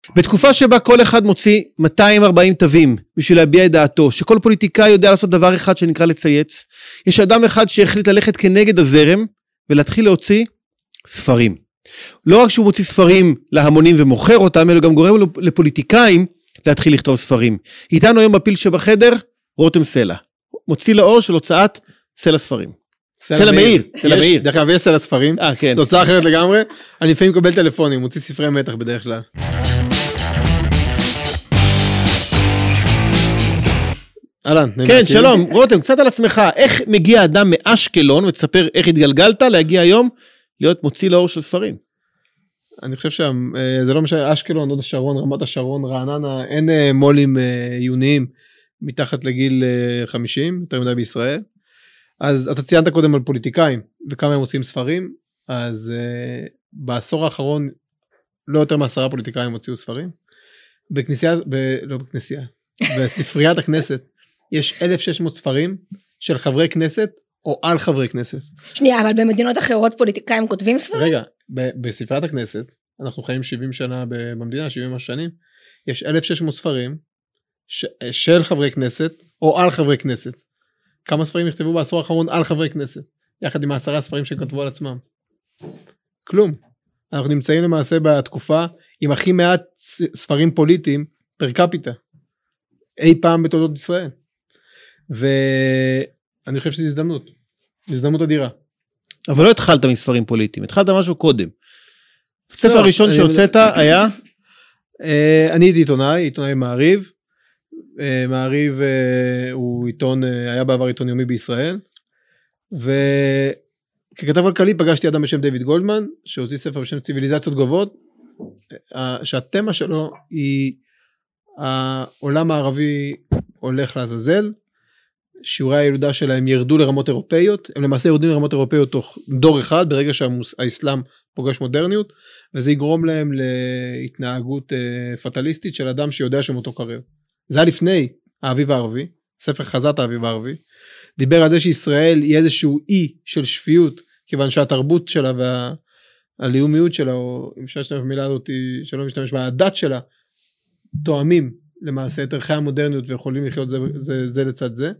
בתקופה שבה כל אחד מוציא 240 תווים בשביל להביע את דעתו, שכל פוליטיקאי יודע לעשות דבר אחד שנקרא לצייץ, יש אדם אחד שהחליט ללכת כנגד הזרם ולהתחיל להוציא ספרים. לא רק שהוא מוציא ספרים להמונים ומוכר אותם, אלא גם גורם לפוליטיקאים להתחיל לכתוב ספרים. איתנו היום בפיל שבחדר, רותם סלע. מוציא לאור של הוצאת סלע ספרים. סלע מאיר. דרך אגב, יש סלע ספרים. כן. תוצאה אחרת לגמרי. אני לפעמים מקבל טלפונים, מוציא ספרי מתח בדרך כלל. אהלן. כן, שלום. רותם, קצת על עצמך. איך מגיע אדם מאשקלון, ותספר איך התגלגלת להגיע היום להיות מוציא לאור של ספרים? אני חושב שזה לא משנה, אשקלון, הוד השרון, רמת השרון, רעננה, אין מולים עיוניים מתחת לגיל 50, יותר מדי בישראל. אז אתה ציינת קודם על פוליטיקאים, וכמה הם מוצאים ספרים, אז בעשור האחרון, לא יותר מ10 פוליטיקאים הוציאו ספרים. בספריית הכנסת, יש 1,600 ספרים של חברי כנסת, או על חברי כנסת. שנייה, אבל במדינות אחרות פוליטיקאים כותבים ספרים? רגע, בספריית הכנסת, אנחנו חיים 70 שנה במדינה, 70 שנים, יש 1,600 ספרים של חברי כנסת, או על חברי כנסת. כמה ספרים נכתבו בעשור האחרון על חברי כנסת, יחד עם 10 ספרים שכתבו על עצמם? כלום. אנחנו נמצאים למעשה בתקופה עם הכי מעט ספרים פוליטיים פר קפיטה, אי פעם בתולדות ישראל. ואני חושב שזו הזדמנות אדירה. אבל לא התחלת מספרים פוליטיים, התחלת משהו קודם. הספר הראשון שהוצאת היה? אני הייתי עיתונאי מעריב. מעריב הוא עיתון, היה בעבר עיתון יומי בישראל, וככתב כלכלי פגשתי אדם בשם דיוויד גולדמן, שהוציא ספר בשם ציוויליזציות גובות, שהתמה שלו היא העולם הערבי הולך לעזאזל, שיעורי הילודה שלהם ירדו לרמות אירופאיות, הם למעשה יורדים לרמות אירופאיות תוך דור אחד, ברגע שהאסלאם פוגש מודרניות, וזה יגרום להם להתנהגות פטליסטית של אדם שיודע שמותו קרב. זה היה לפני האביב הערבי, ספר חזת האביב הערבי, דיבר על זה שישראל היא איזשהו אי של שפיות, כיוון שהתרבות שלה והלאומיות שלה, או אם אפשר להשתמש במילה הזאת שלא משתמש בה, הדת שלה, תואמים למעשה את ערכי המודרניות, ויכולים לחיות זה לצד זה,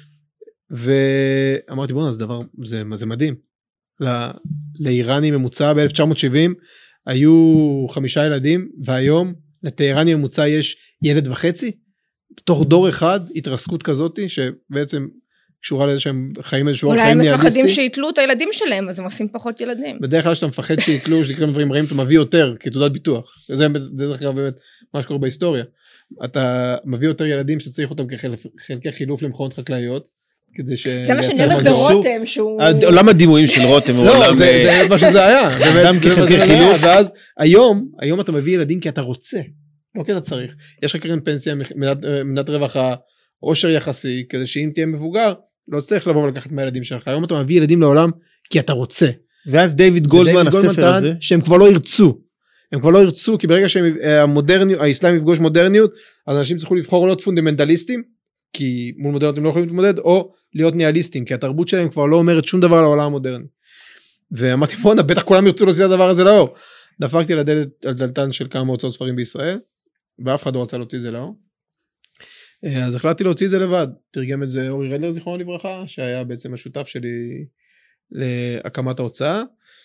ואמרתי בוא'נה, זה מדהים, לאיראני ממוצע ב-1970, היו 5 ילדים, והיום לטהרני ממוצע יש 1.5 ילד, בתוך דור אחד, התרסקות כזאת, שבעצם קשורה לאיזה שהם חיים איזשהו חיים ניאליסטי. אולי הם מפחדים שיתלו את הילדים שלהם, אז הם עושים פחות ילדים. בדרך כלל שאתה מפחד שיתלו, שלקראים דברים רעים, אתה מביא יותר, כתעודת ביטוח. זה בדרך כלל באמת מה שקורה בהיסטוריה. אתה מביא יותר ילדים שצריך אותם כחלקי חילוף למכונות חקלאיות, כדי ש... זה מה שנראה ברותם, שהוא... עולם הדימויים של רותם הוא עולם... לא, זה מה שזה היה. אדם כחלקי חילוף. ואז היום אתה מביא ילדים כי אתה רוצה. לא כי אתה צריך. יש לך קרן פנסיה, מנת רווחה, עושר יחסי, כדי שאם תהיה מבוגר, לא צריך לבוא ולקחת מהילדים שלך. היום אתה מביא ילדים לעולם כי אתה רוצה. ואז דיוויד גולדמן, הספר הזה. שהם כבר לא ירצו. הם כבר לא ירצו, כי ברגע שהאסלאם יפגוש מודרניות, אז אנשים צריכו לבחור להיות פונדמנטליסטים, כי מול מודרניות הם לא יכולים להתמודד, או להיות ניאליסטים, כי התרבות שלהם כבר לא אומרת שום דבר על העולם המודרני. ואמרתי, בוא'נה, בטח כולם ירצו להוציא את הדבר הזה לאור. דפקתי על דלתן של כמה הוצאות ספרים בישראל, ואף אחד לא רצה להוציא את זה לאור. אז החלטתי להוציא את זה לבד. תרגם את זה אורי רדלר, זיכרונו לברכה, שהיה בעצם השותף שלי להקמת ההוצאה,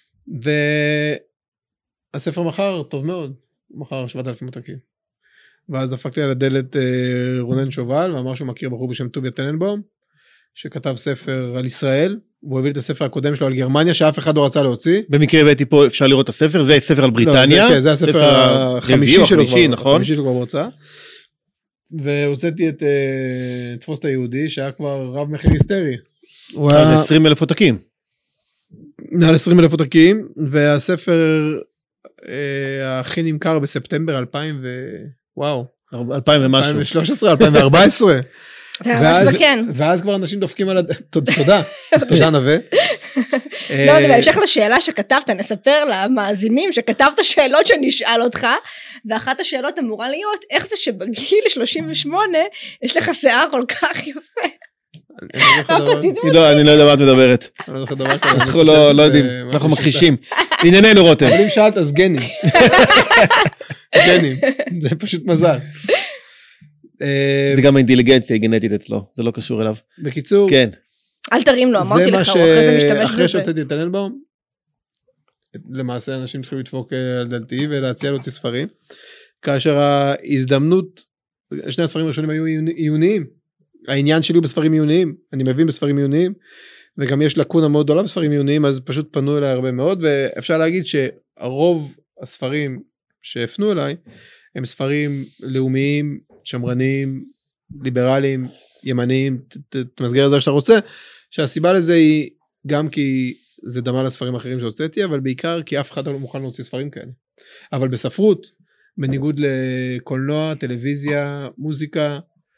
והספר מחר טוב מאוד, מחר 7,000 עותקים. ואז דפקתי על הדלת רונן שובל, ואמר שהוא מכיר בחור בשם טוביה טננבאום, שכתב ספר על ישראל, והוא הביא את הספר הקודם שלו על גרמניה, שאף אחד לא רצה להוציא. במקרה הבאתי פה, אפשר לראות את הספר, זה ספר על בריטניה. לא, זה הספר החמישי שלו נכון? החמישי שלו כבר בהוצאה. והוצאתי את תפוס את היהודי, שהיה כבר רב מחיר היסטרי. זה 20,000 עותקים. מעל 20,000 עותקים, והספר הכי נמכר בספטמבר 2000 וואו. 2000 ומשהו. 2013, 2014. ואז כבר אנשים דופקים על תודה נווה. לא, זה בהמשך לשאלה שכתבת, נספר למאזינים שכתבת שאלות שנשאל אותך, ואחת השאלות אמורה להיות, איך זה שבגיל 38 יש לך שיער כל כך יפה? אני לא יודע מה את מדברת. אנחנו לא יודעים, אנחנו מכחישים. ענייננו רותם. אבל אם שאלת, אז גנים. גנים, זה פשוט מזל. זה גם האינטליגנציה הגנטית אצלו, זה לא קשור אליו. בקיצור, כן. אל תרים לו, אמרתי לך, הוא אחרי זה משתמש בזה. אחרי שהוצאתי את טננבאום, למעשה אנשים התחילו לדפוק על דלתי ולהציע להוציא ספרים, כאשר ההזדמנות, שני הספרים הראשונים היו עיוניים, העניין שלי הוא בספרים עיוניים, אני מבין בספרים עיוניים, וגם יש לקונה מאוד גדולה בספרים עיוניים, אז פשוט פנו אליי הרבה מאוד, ואפשר להגיד שהרוב הספרים שהפנו אליי, הם ספרים לאומיים, שמרניים, ליברליים, ימניים, תמסגר את זה שאתה רוצה, שהסיבה לזה היא גם כי זה דמה לספרים אחרים שהוצאתי, אבל בעיקר כי אף אחד לא מוכן להוציא ספרים כאלה. אבל בספרות, בניגוד לקולנוע, טלוויזיה, מוזיקה,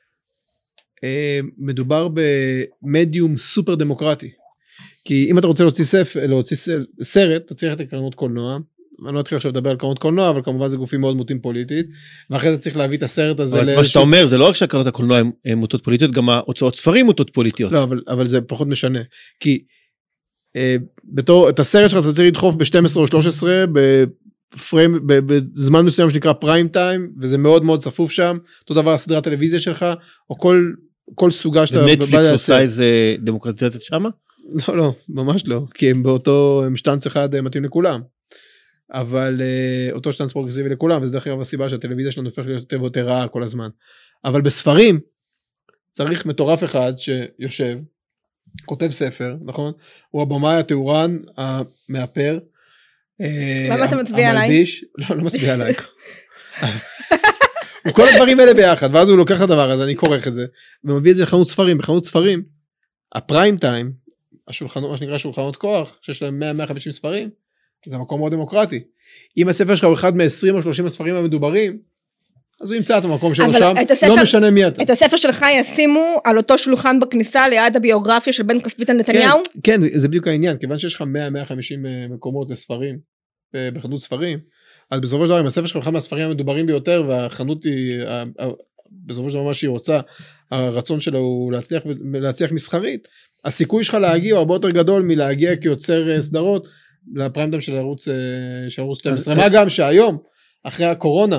מדובר במדיום סופר דמוקרטי. כי אם אתה רוצה להוציא סרט, אתה צריך את הקרנות קולנוע, אני לא אתחיל עכשיו לדבר על קרנות קולנוע, אבל כמובן זה גופים מאוד מוטים פוליטית, ואחרי זה צריך להביא את הסרט הזה. אבל מה שאתה אומר, זה לא רק שהקרנות הקולנוע הן מוטות פוליטיות, גם ההוצאות ספרים מוטות פוליטיות. לא, אבל זה פחות משנה. כי את הסרט שלך אתה צריך לדחוף ב-12 או 13, בזמן מסוים שנקרא פריים טיים, וזה מאוד מאוד צפוף שם, אותו דבר הסדרת הטלוויזיה שלך, או כל סוגה שאתה... נטפליקס עושה איזה דמוקרטיזציה שמה? לא, ממש לא, כי הם באותו שטנץ אחד מתאים לכולם. אבל אותו שטנץ פרוגרסיבי לכולם, וזה דרך אגב הסיבה שהטלוויזיה שלנו הופך להיות יותר ויותר רעה כל הזמן. אבל בספרים, צריך מטורף אחד שיושב, כותב ספר, נכון? הוא הבמאי, התאורן, המאפר, למה אתה מצביע עליי? לא מצביע עליי. וכל הדברים האלה ביחד, ואז הוא לוקח את הדבר הזה, אני כורך את זה, ומביא את זה לחנות ספרים. בחנות ספרים, הפריים טיים, השולחנות, מה שנקרא שולחנות כוח, שיש להם 100-150 ספרים, זה מקום מאוד דמוקרטי. אם הספר שלך הוא אחד מ-20 או 30 הספרים המדוברים, אז הוא ימצא את המקום שלו שם, לא משנה מי אתה. את הספר שלך ישימו על אותו שולחן בכניסה ליד הביוגרפיה של בן כספית על נתניהו? כן, זה בדיוק העניין, כיוון שיש לך 100-150 מקומות לספרים, בחנות ספרים, אז בסופו של דבר, אם הספר שלך הוא אחד מהספרים המדוברים ביותר, והחנות היא, בסופו של דבר מה שהיא רוצה, הרצון שלו הוא להצליח מסחרית, הסיכוי שלך להגיע הוא הרבה יותר גדול מלהגיע כיוצר סדרות, לפריים טיים של ערוץ 12, מה גם שהיום, אחרי הקורונה,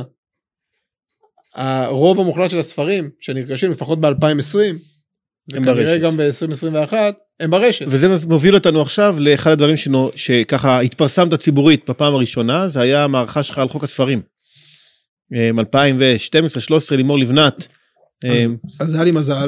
הרוב המוחלט של הספרים שנרכשים לפחות ב-2020, וכנראה גם ב-2021, הם ברשת. וזה מוביל אותנו עכשיו לאחד הדברים שככה התפרסמת ציבורית בפעם הראשונה, זה היה המערכה שלך על חוק הספרים. 2012-13, לימור לבנת. אז היה לי מזל.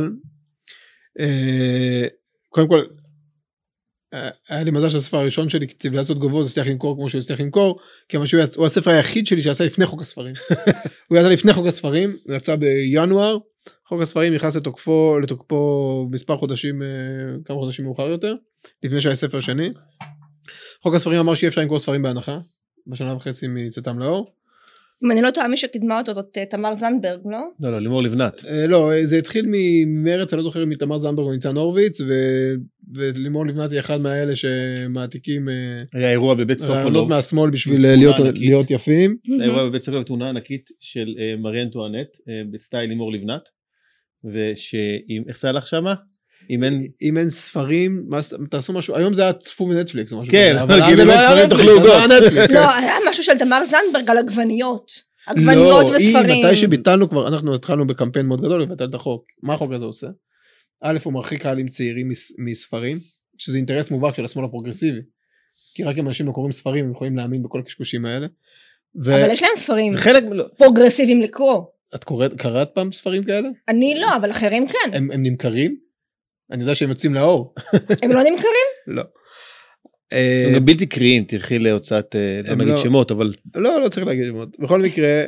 קודם כל, היה לי מזל שהספר הראשון שלי, ציוויליזציות גוברות, הוא הצליח למכור כמו שהוא הצליח למכור, כי הוא הספר היחיד שלי שיצא לפני חוק הספרים. הוא יצא לפני חוק הספרים, הוא יצא בינואר, חוק הספרים נכנס לתוקפו מספר חודשים, כמה חודשים מאוחר יותר, לפני שהיה ספר שני. חוק הספרים אמר שאי אפשר למכור ספרים בהנחה, בשנה וחצי מצאתם לאור. אם אני לא טועה מי שקידמה אותו, זאת תמר זנדברג, לא? לא, לימור לבנת. לא, זה התחיל ממרץ, אני לא זוכר מתמר זנדברג או ניצן הורוביץ, ולימור לבנת היא אחד מהאלה שמעתיקים... היה אירוע בבית סוקולוב. רעיונות מהשמאל בשביל להיות יפים. היה אירוע בבית סוקולוב, תאונה ענקית של מרי אנטואנט, בסטייל לימור לבנת, איך זה הלך שמה? אם אין ספרים, תעשו משהו, היום זה היה צפו מנטפליקס או משהו. כן, אבל זה לא היה נטפליקס. לא, היה משהו של תמר זנדברג על עגבניות. עגבניות וספרים. מתי שביטלנו כבר, אנחנו התחלנו בקמפיין מאוד גדול לבטל את החוק. מה החוק הזה עושה? א', הוא מרחיק קהלים צעירים מספרים, שזה אינטרס מובהק של השמאל הפרוגרסיבי. כי רק אם אנשים לא קוראים ספרים, הם יכולים להאמין בכל הקשקושים האלה. אבל יש להם ספרים פרוגרסיביים לקרוא. את קראת פעם ספרים כאלה? אני לא, אבל אחרים כן. הם נמכרים? אני יודע שהם יוצאים לאור. הם לא נמכרים? לא. הם גם בלתי קריאים, תלכי להוצאת, לא נגיד שמות, אבל... לא צריך להגיד שמות. בכל מקרה,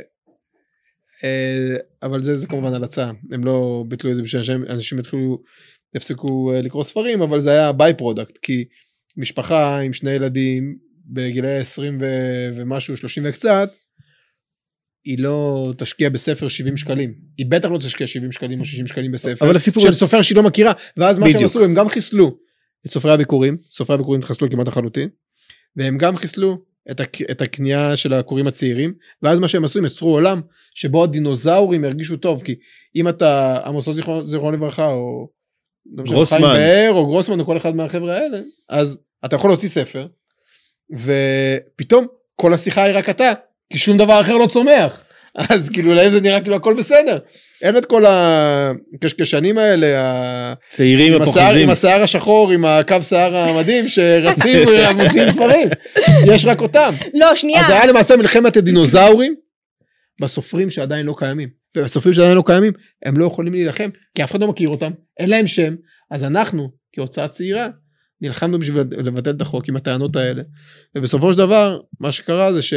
אבל זה כמובן הלצה. הם לא ביטלו את זה בשביל שאנשים יפסיקו לקרוא ספרים, אבל זה היה ביי פרודקט, כי משפחה עם שני ילדים, בגילי 20 ומשהו, 30 וקצת, היא לא תשקיע בספר 70 שקלים. היא בטח לא תשקיע 70 שקלים או 60 שקלים בספר, של סופר שהיא לא מכירה. ואז מה שהם עשו, הם גם חיסלו את סופרי הביקורים, סופרי הביקורים התחסלו כמעט לחלוטין, והם גם חיסלו את הקנייה של הקוראים הצעירים, ואז מה שהם עשו, הם יצרו עולם שבו הדינוזאורים ירגישו טוב, כי אם אתה, עמוס זיכרון לברכה, או גרוסמן, או גרוסמן, או כל אחד מהחבר'ה האלה, אז אתה יכול להוציא ספר, ופתאום כל השיחה היא רק אתה, כי שום דבר אחר לא צומח. אז כאילו להם זה נראה כאילו הכל בסדר. אין את כל הקשקשנים האלה, צעירים הפוחזים. עם השיער השחור, עם הקו שיער המדהים, שרצים ומוציאים ספרים. יש רק אותם. לא, שנייה. אז היה למעשה מלחמת הדינוזאורים, בסופרים שעדיין לא קיימים. ובסופרים שעדיין לא קיימים, הם לא יכולים להילחם, כי אף אחד לא מכיר אותם, אין להם שם. אז אנחנו, כהוצאה צעירה, נלחמנו בשביל לבטל את החוק עם הטענות האלה. ובסופו של דבר, מה שקרה זה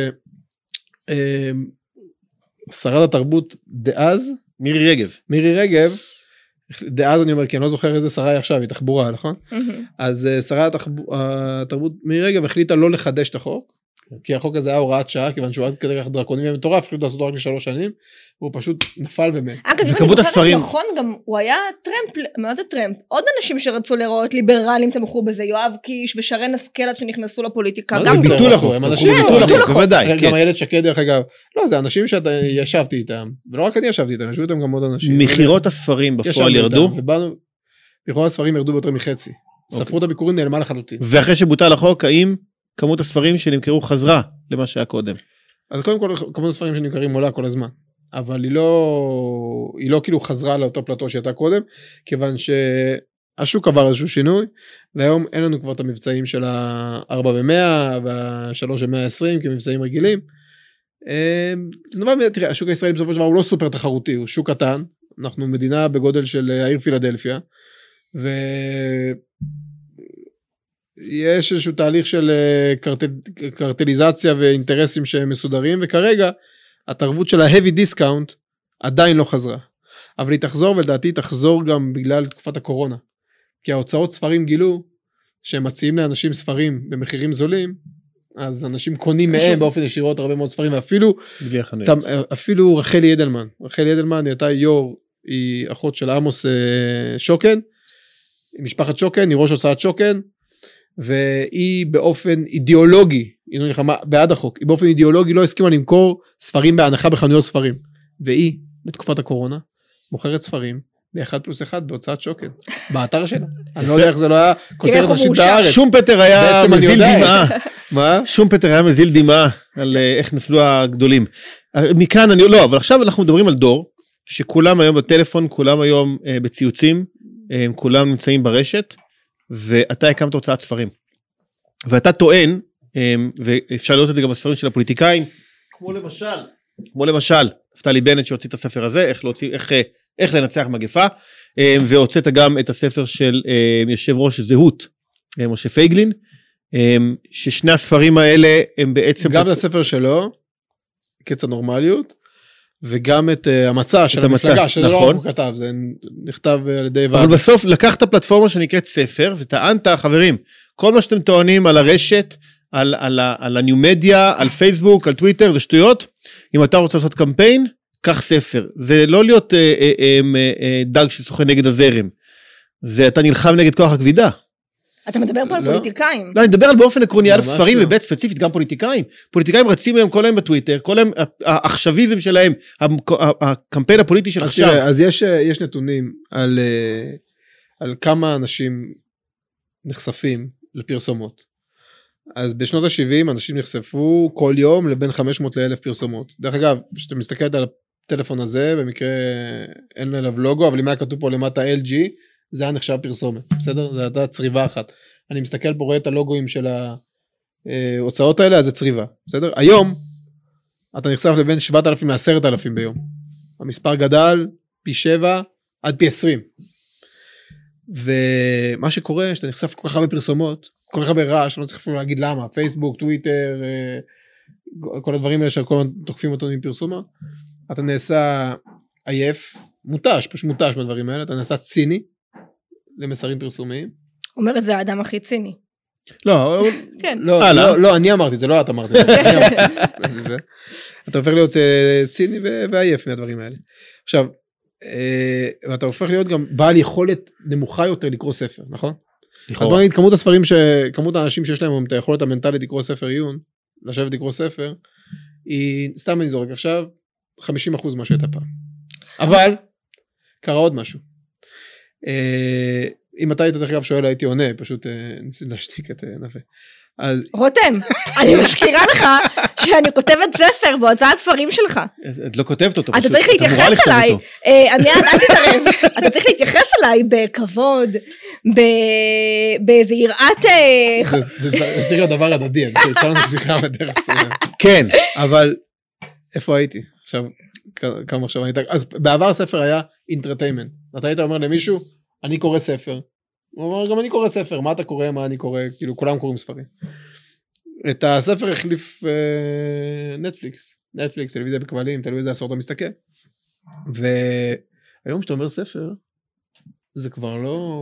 שרת התרבות דאז, מירי רגב, דאז אני אומר, כי אני לא זוכר איזה שרה היא עכשיו, היא תחבורה, נכון? אז שרת התרבות מירי רגב החליטה לא לחדש את החוק, כי החוק הזה היה הוראת שעה, כיוון שהוא עד כדי כך דרקוני ומטורף, החליטו לעשות רק ל3 שנים, והוא פשוט נפל ומת. וכמות הספרים. נכון, גם הוא היה טרמפ, מה זה טרמפ? עוד אנשים שרצו לראות ליברלים תמכו בזה, יואב קיש ושרן השכל שניכנסו לפוליטיקה. גם ביטול החוק, בוודאי. גם איילת שקד דרך אגב. לא, זה אנשים שאתה ישבתי איתם, ולא רק אני ישבתי איתם, ישבו איתם גם עוד אנשים. מחירות הספרים בפועל ירדו? מחירות הספרים ירדו ביותר מחצי. ספרות הביקורים נעלמה לחלוטין. ואחרי שבוטל החוק, האם כמות הספרים שנמכרו חזרה למה שהיה קודם? אז קודם כל, כמות הספרים שנמכרים עולה כל הזמן, אבל היא לא כאילו חזרה לאותו פלטו שהייתה קודם, כיוון שהשוק עבר איזשהו שינוי, והיום אין לנו כבר את המבצעים של ה-4 ב-100 וה-3 ב-120 כמבצעים רגילים. תראה, השוק הישראלי בסופו של דבר הוא לא סופר תחרותי, הוא שוק קטן, אנחנו מדינה בגודל של העיר פילדלפיה, יש איזשהו תהליך של קרטליזציה ואינטרסים שהם מסודרים, וכרגע התרבות של ה-heavy discount עדיין לא חזרה. אבל היא תחזור, ולדעתי תחזור גם בגלל תקופת הקורונה. כי ההוצאות ספרים גילו, שהם מציעים לאנשים ספרים במחירים זולים, אז אנשים קונים מהם באופן ישירות הרבה מאוד ספרים, ואפילו רחלי ידלמן. רחלי ידלמן הייתה יור, היא אחות של עמוס שוקן, משפחת שוקן, היא ראש הוצאת שוקן, והיא באופן אידיאולוגי, היא לא נלחמה בעד החוק, היא באופן אידיאולוגי לא הסכימה למכור ספרים בהנחה בחנויות ספרים, והיא בתקופת הקורונה מוכרת ספרים ב1+1 בהוצאת שוקן, באתר שלה. אני לא יודע איך זה לא היה כותרת ראשית בארץ. שומפטר היה מזיל דמעה. מה? שומפטר היה מזיל דמעה על איך נפלו הגדולים. מכאן אני לא, אבל עכשיו אנחנו מדברים על דור, שכולם היום בטלפון, כולם היום בציוצים, כולם נמצאים ברשת, ואתה הקמת הוצאת ספרים. ואתה טוען, ואפשר לראות את זה גם בספרים של הפוליטיקאים, כמו למשל, נפתלי בנט שהוציא את הספר הזה, איך לנצח מגפה, והוצאת גם את הספר של יושב ראש זהות, משה פייגלין, ששני הספרים האלה הם בעצם... גם לספר שלו, קץ הנורמליות, וגם את המצע של המפלגה, שזה לא הוא כתב, זה נכתב על ידי ועד. אבל בסוף לקחת פלטפורמה שנקראת ספר, וטענת, חברים, כל מה שאתם טוענים על הרשת, על הניו-מדיה, על פייסבוק, על טוויטר, זה שטויות. אם אתה רוצה לעשות קמפיין, קח ספר. זה לא להיות דג ששוחה נגד הזרם. זה אתה נלחם נגד כוח הכבידה. אתה מדבר פה על פוליטיקאים. לא, אני מדבר על באופן עקרוני, על ספרים ובית ספציפית, גם פוליטיקאים. פוליטיקאים רצים היום כל היום בטוויטר, כל היום העכשוויזם שלהם, הקמפיין הפוליטי של עכשיו. אז יש נתונים על כמה אנשים נחשפים לפרסומות. אז בשנות ה-70 אנשים נחשפו כל יום לבין 500 ל-1,000 פרסומות. דרך אגב, כשאתם מסתכלת על הטלפון הזה, במקרה אין עליו לוגו, אבל אם היה כתוב פה למטה LG, זה היה נחשב פרסומת, בסדר? זה הייתה צריבה אחת. אני מסתכל פה, רואה את הלוגוים של ההוצאות האלה, אז זה צריבה, בסדר? היום, אתה נחשף לבין 7,000 ל-10,000 ביום. המספר גדל פי 7 עד פי 20. ומה שקורה, שאתה נחשף כל כך הרבה פרסומות, כל כך הרבה רעש, אני לא צריך אפילו להגיד למה, פייסבוק, טוויטר, כל הדברים האלה שכל הזמן תוקפים אותו עם פרסומות, אתה נעשה עייף, מוטש, פשוט מוטש בדברים האלה, אתה נעשה ציני, למסרים פרסומיים. אומר את זה האדם הכי ציני. לא, כן. לא, אני אמרתי את זה, לא את אמרת את זה. אתה הופך להיות ציני ועייף מהדברים האלה. עכשיו, ואתה הופך להיות גם בעל יכולת נמוכה יותר לקרוא ספר, נכון? אז בוא נגיד, כמות האנשים שיש להם את היכולת המנטלית לקרוא ספר עיון, לשבת לקרוא ספר, היא, סתם אני זורק עכשיו, 50% מה שהייתה פעם. אבל, קרה עוד משהו. אם אתה היית דרך אגב שואל, הייתי עונה, פשוט ניסיתי להשתיק את נווה. רותם, אני מזכירה לך שאני כותבת ספר בהוצאת ספרים שלך. את לא כותבת אותו. אתה צריך להתייחס אליי, עמיעד, אל תתערב, אתה צריך להתייחס אליי בכבוד, באיזה יראת... זה צריך להיות דבר הדדי, אני חושב שאתה שיחה בדרך סביב. כן. אבל איפה הייתי? עכשיו, כמה עכשיו הייתה, אז בעבר ספר היה אינטרטיימנט. אתה היית אומר למישהו, אני קורא ספר. הוא אומר, גם אני קורא ספר, מה אתה קורא, מה אני קורא, כאילו כולם קוראים ספרים. את הספר החליף נטפליקס, טלוויזיה בכבלים, טלוויזיה אסור אתה מסתכל. והיום שאתה אומר ספר, זה כבר לא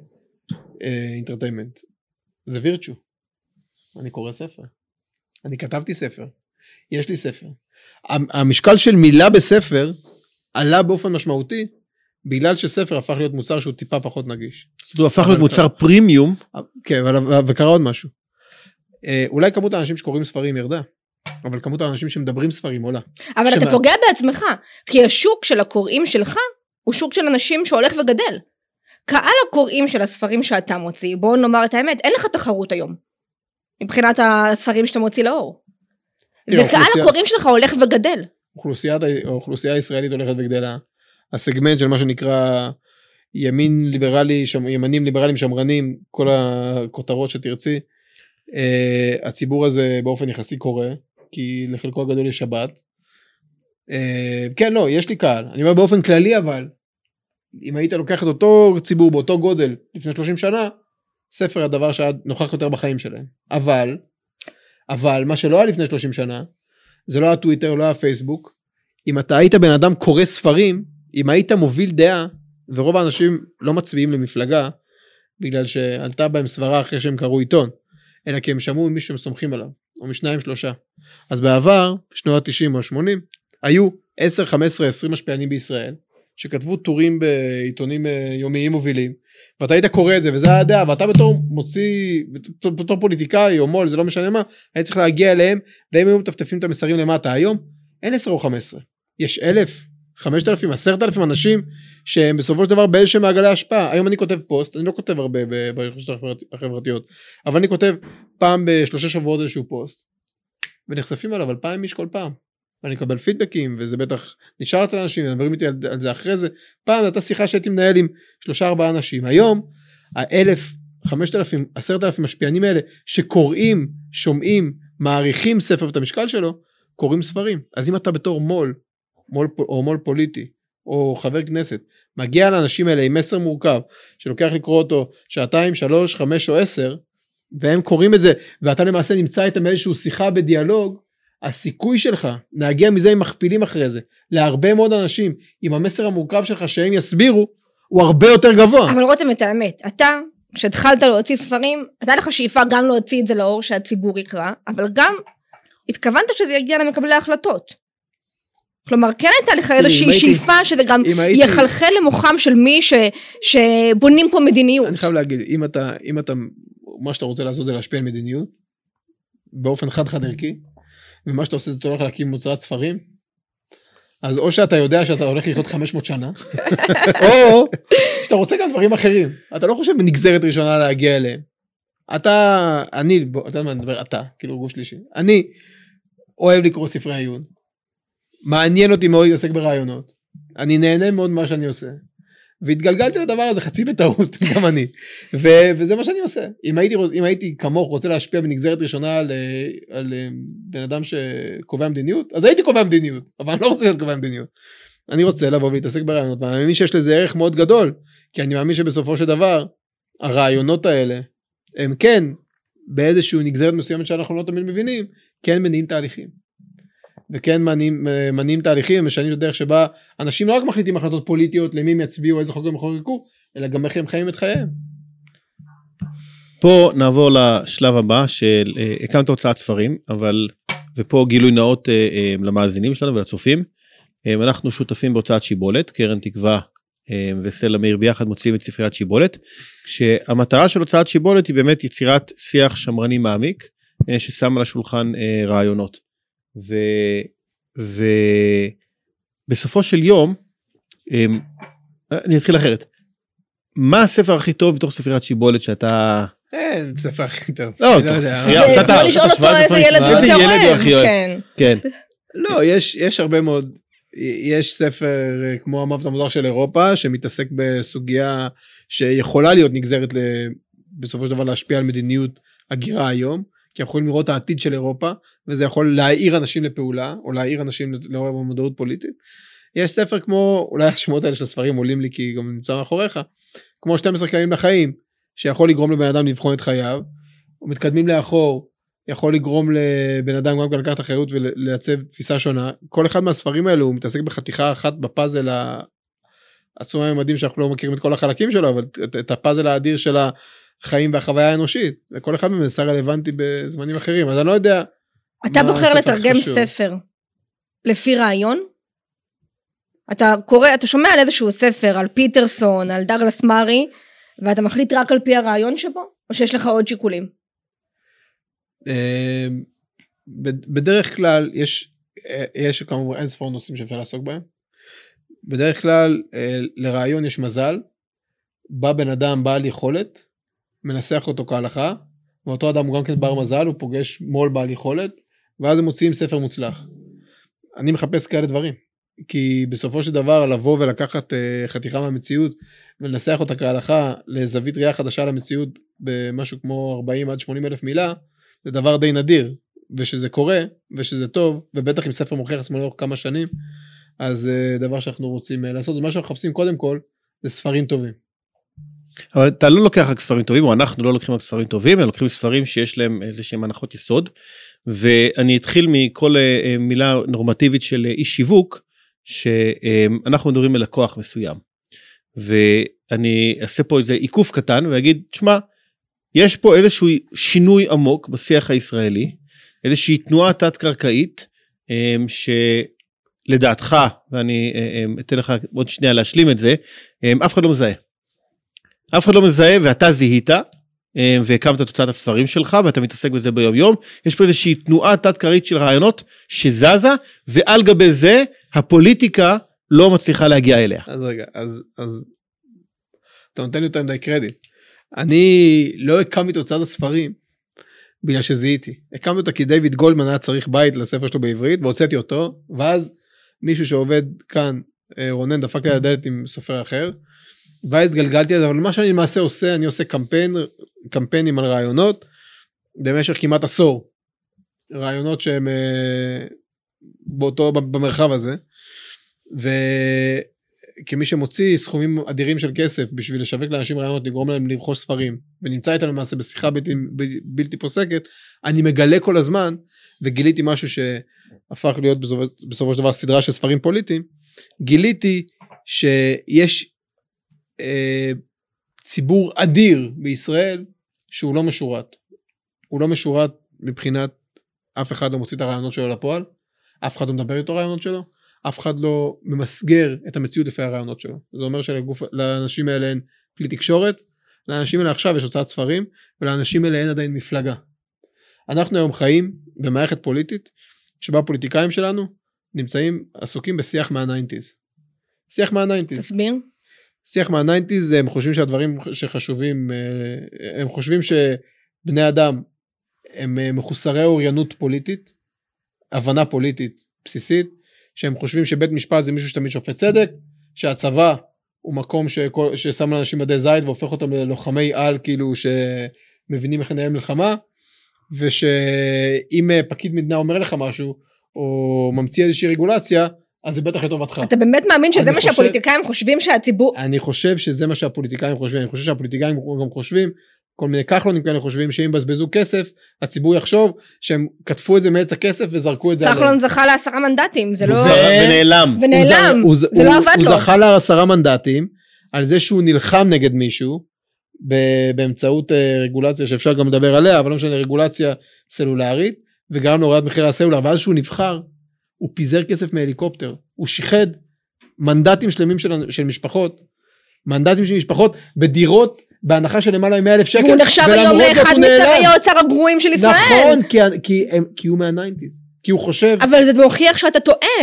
אינטרטיימנט, זה וירצ'ו. אני קורא ספר. אני כתבתי ספר. יש לי ספר. המשקל של מילה בספר עלה באופן משמעותי, בגלל שספר הפך להיות מוצר שהוא טיפה פחות נגיש. זאת אומרת, הוא הפך להיות מוצר פרימיום. כן, וקרה עוד משהו. אולי כמות האנשים שקוראים ספרים ירדה, אבל כמות האנשים שמדברים ספרים עולה. אבל אתה פוגע בעצמך, כי השוק של הקוראים שלך, הוא שוק של אנשים שהולך וגדל. קהל הקוראים של הספרים שאתה מוציא, בואו נאמר את האמת, אין לך תחרות היום, מבחינת הספרים שאתה מוציא לאור. וקהל הקוראים שלך הולך וגדל. האוכלוסייה הישראלית הולכת וגדלה. הסגמנט של מה שנקרא ימנים ליברליים שמרנים, כל הכותרות שתרצי, הציבור הזה באופן יחסי קורה, כי לחלקו הגדול יש שבת. כן, לא, יש לי קהל. אני אומר באופן כללי, אבל אם היית לוקח את אותו ציבור באותו גודל לפני 30 שנה, ספר הדבר שהיה נוכח יותר בחיים שלהם. אבל מה שלא היה לפני 30 שנה, זה לא היה טוויטר, לא היה פייסבוק. אם אתה היית בן אדם קורא ספרים, אם היית מוביל דעה, ורוב האנשים לא מצביעים למפלגה, בגלל שעלתה בהם סברה אחרי שהם קראו עיתון, אלא כי הם שמעו ממישהו שהם סומכים עליו, או משניים שלושה. אז בעבר, בשנות ה-90 או 80, היו 10, 15, 20 משפיענים בישראל, שכתבו טורים בעיתונים יומיים מובילים, ואתה היית קורא את זה, וזה היה הדעה, ואתה בתור פוליטיקאי או מול, זה לא משנה מה, היית צריך להגיע אליהם, והם היו מטפטפים את המסרים למטה. היום אין 10 או 15, יש 1,000, 5,000, 10,000 אנשים, שהם בסופו של דבר באיזשהם מעגלי השפעה. היום אני כותב פוסט, אני לא כותב הרבה ברשתות החברתיות, אבל אני כותב פעם ב3 שבועות איזשהו פוסט, ונחשפים עליו 2,000 איש כל פעם. ואני אקבל פידבקים, וזה בטח נשאר אצל אנשים, ומדברים איתי על זה אחרי זה. פעם הייתה שיחה שהייתי מנהל עם 3-4 אנשים. היום, 1,000, 5,000, 10,000 משפיענים האלה, שקוראים, שומעים, מעריכים ספר את המשקל שלו, קוראים ספרים. אז אם אתה בתור מול פוליטי, או חבר כנסת, מגיע לאנשים האלה עם מסר מורכב, שלוקח לקרוא אותו 2, 3, 5 או 10, והם קוראים את זה, ואתה למעשה נמצא איתם איזשהו שיחה בדיאלוג, הסיכוי שלך להגיע מזה עם מכפילים אחרי זה, להרבה מאוד אנשים, עם המסר המורכב שלך שהם יסבירו, הוא הרבה יותר גבוה. אבל רותם את האמת, אתה, כשהתחלת להוציא ספרים, הייתה לך שאיפה גם להוציא את זה לאור שהציבור יקרא, אבל גם התכוונת שזה יגיע למקבלי ההחלטות. כלומר, כן הייתה לך איזושהי שאיפה שזה גם יחלחל למוחם של מי שבונים פה מדיניות. אני חייב להגיד, אם אתה, מה שאתה רוצה לעשות זה להשפיע על מדיניות, באופן חד ערכי, ומה שאתה עושה זה אתה הולך להקים מוצאת ספרים, אז או שאתה יודע שאתה הולך לחיות 500 שנה, או שאתה רוצה גם דברים אחרים. אתה לא חושב בנגזרת ראשונה להגיע אליהם. אתה, כאילו גוף שלישי. אני אוהב לקרוא ספרי עיון. מעניין אותי מאוד להתעסק ברעיונות. אני נהנה מאוד מה שאני עושה. והתגלגלתי לדבר הזה חצי בטעות, גם אני. וזה מה שאני עושה. אם הייתי כמוך רוצה להשפיע בנגזרת ראשונה על בן אדם שקובע מדיניות, אז הייתי קובע מדיניות, אבל אני לא רוצה להיות קובע מדיניות. אני רוצה לבוא ולהתעסק ברעיונות, ואני מאמין שיש לזה ערך מאוד גדול, כי אני מאמין שבסופו של דבר, הרעיונות האלה, הם כן, באיזשהו נגזרת מסוימת שאנחנו לא תמיד מבינים, כן מניעים תהליכים. וכן מניעים תהליכים, משנים את הדרך שבה אנשים לא רק מחליטים החלטות פוליטיות, למי הם יצביעו, איזה חוק הם יחוקקו, אלא גם איך הם חיים את חייהם. פה נעבור לשלב הבא של הקמת הוצאת ספרים, ופה גילוי נאות למאזינים שלנו ולצופים. אנחנו שותפים בהוצאת שיבולת, קרן תקווה וסלע מאיר ביחד מוציאים את ספריית שיבולת, כשהמטרה של הוצאת שיבולת היא באמת יצירת שיח שמרני מעמיק, ששם על השולחן רעיונות. ובסופו של יום, אני אתחיל אחרת. מה הספר הכי טוב בתוך ספריית שיבולת שאתה אין, ספר הכי טוב. לא, זה כמו לשאול אותו איזה ילד הוא יותר אוהב. כן. לא, יש הרבה מאוד, יש ספר כמו המוות המוזר של אירופה, שמתעסק בסוגיה שיכולה להיות נגזרת בסופו של דבר להשפיע על מדיניות הגירה היום, כי אנחנו יכולים לראות את העתיד של אירופה, וזה יכול להעיר אנשים לפעולה, או להעיר אנשים לעורר במודעות פוליטית. יש ספר כמו, אולי השמות האלה של הספרים עולים לי, כי גם נמצא מאחוריך, כמו 12 כללים לחיים, שיכול לגרום לבן אדם לבחון את חייו, ומתקדמים לאחור, יכול לגרום לבן אדם גם לקחת אחריות ולייצב תפיסה שונה. כל אחד מהספרים האלו הוא מתעסק בחתיכה אחת בפאזל העצום הממדים שאנחנו לא מכירים את כל החלקים שלו, אבל את הפאזל האדיר של החיים והחוויה האנושית, וכל אחד מהם זה רלוונטי בזמנים אחרים, אז אני לא יודע. אתה בוחר לתרגם ספר לפי רעיון? אתה קורא, אתה שומע על איזשהו ספר, על פיטרסון, על דאגלס מארי, ואתה מחליט רק על פי הרעיון שבו, או שיש לך עוד שיקולים? בדרך כלל יש כמובן אין ספור נושאים שאפשר לעסוק בהם. בדרך כלל לרעיון יש מזל, בא בן אדם בעל יכולת, מנסח אותו כהלכה, ואותו אדם הוא גם כן בר מזל, הוא פוגש מול בעל יכולת, ואז הם מוציאים ספר מוצלח. אני מחפש כאלה דברים, כי בסופו של דבר לבוא ולקחת חתיכה מהמציאות, ולנסח אותה כהלכה לזווית ראייה חדשה למציאות, במשהו כמו 40 עד 80 אלף מילה, זה דבר די נדיר, ושזה קורה, ושזה טוב, ובטח אם ספר מוכיח עצמו לאורך כמה שנים, אז זה דבר שאנחנו רוצים לעשות, זה מה שאנחנו מחפשים קודם כל, זה ספרים טובים. אבל אתה לא לוקח רק ספרים טובים, או אנחנו לא לוקחים רק ספרים טובים, אלא לוקחים ספרים שיש להם איזשהם הנחות יסוד, ואני אתחיל מכל מילה נורמטיבית של איש שיווק, שאנחנו מדברים על לקוח מסוים, ואני אעשה פה איזה עיקוף קטן, ואגיד, תשמע, יש פה איזשהו שינוי עמוק בשיח הישראלי, איזושהי תנועה תת-קרקעית, שלדעתך, ואני אתן לך עוד שנייה להשלים את זה, אף אחד לא מזהה. אף אחד לא מזהה, ואתה זיהית, והקמת את תוצאת הספרים שלך, ואתה מתעסק בזה ביום יום, יש פה איזושהי תנועה תת-קרקעית של רעיונות, שזזה, ועל גבי זה, הפוליטיקה לא מצליחה להגיע אליה. אז רגע, אז אתה נותן לי יותר מדי קרדיט. אני לא הקמתי תוצאת הספרים, בגלל שזיהיתי. הקמתי אותה כי דיוויד גולדמן היה צריך בית לספר שלו בעברית, והוצאתי אותו, ואז מישהו שעובד כאן, רונן, דפק לי לדלת עם סופר אחר, ואז גלגלתי על זה, אבל מה שאני למעשה עושה, אני עושה קמפיינים על רעיונות, במשך כמעט עשור, רעיונות שהם במרחב הזה, וכמי שמוציא סכומים אדירים של כסף, בשביל לשווק לאנשים רעיונות, לגרום להם לרכוש ספרים, ונמצא איתם למעשה בשיחה בלתי פוסקת, אני מגלה כל הזמן, וגיליתי משהו שהפך להיות בסופו של דבר סדרה של ספרים פוליטיים, גיליתי שיש ציבור אדיר בישראל, שהוא לא משורת. הוא לא משורת מבחינת אף אחד לא מוציא את הרעיונות שלו לפועל, אף אחד לא מדבר איתו הרעיונות שלו, אף אחד לא ממסגר את המציאות לפי הרעיונות שלו. זה אומר שלאנשים האלה אין כלי תקשורת, לאנשים האלה עכשיו יש הוצאת ספרים, ולאנשים האלה אין עדיין מפלגה. אנחנו היום חיים במערכת פוליטית, שבה הפוליטיקאים שלנו נמצאים עסוקים בשיח מה-90s. שיח מה-90s. תסביר. שיח מה-90s, הם חושבים שהדברים שחשובים, הם חושבים שבני אדם הם מחוסרי אוריינות פוליטית, הבנה פוליטית בסיסית, שהם חושבים שבית משפט זה מישהו שתמיד שופט צדק, שהצבא הוא מקום ששם לאנשים מדי זית והופך אותם ללוחמי על, כאילו שמבינים איך לנהל מלחמה, ושאם פקיד מדינה אומר לך משהו, או ממציא איזושהי רגולציה, אז זה בטח לטובתך. אתה באמת מאמין שזה מה שהפוליטיקאים חושבים שהציבור... אני חושב שזה מה שהפוליטיקאים חושבים, אני חושב שהפוליטיקאים גם חושבים, כל מיני כחלונים כאלה חושבים שאם בזבזו כסף, הציבור יחשוב שהם כתפו את זה מעץ הכסף וזרקו את זה עליהם. כחלון זכה ל10 מנדטים, זה לא... ונעלם. ונעלם, זה לא עבד לו. הוא זכה ל10 מנדטים, על זה שהוא נלחם נגד מישהו, באמצעות רגולציה שאפשר גם לדבר עליה, אבל לא משנה רגולציה סלולרית, וגם להוריד מחיר הסלולר, ואז שהוא נבחר, הוא פיזר כסף מהליקופטר, הוא שיחד מנדטים שלמים של משפחות, מנדטים של משפחות בדירות, בהנחה של למעלה מ100,000 שקל, והוא נחשב היום לאחד משרי האוצר הגרועים של ישראל. נכון, כי הוא מה-90s, כי הוא חושב... אבל זה מוכיח שאתה טועה.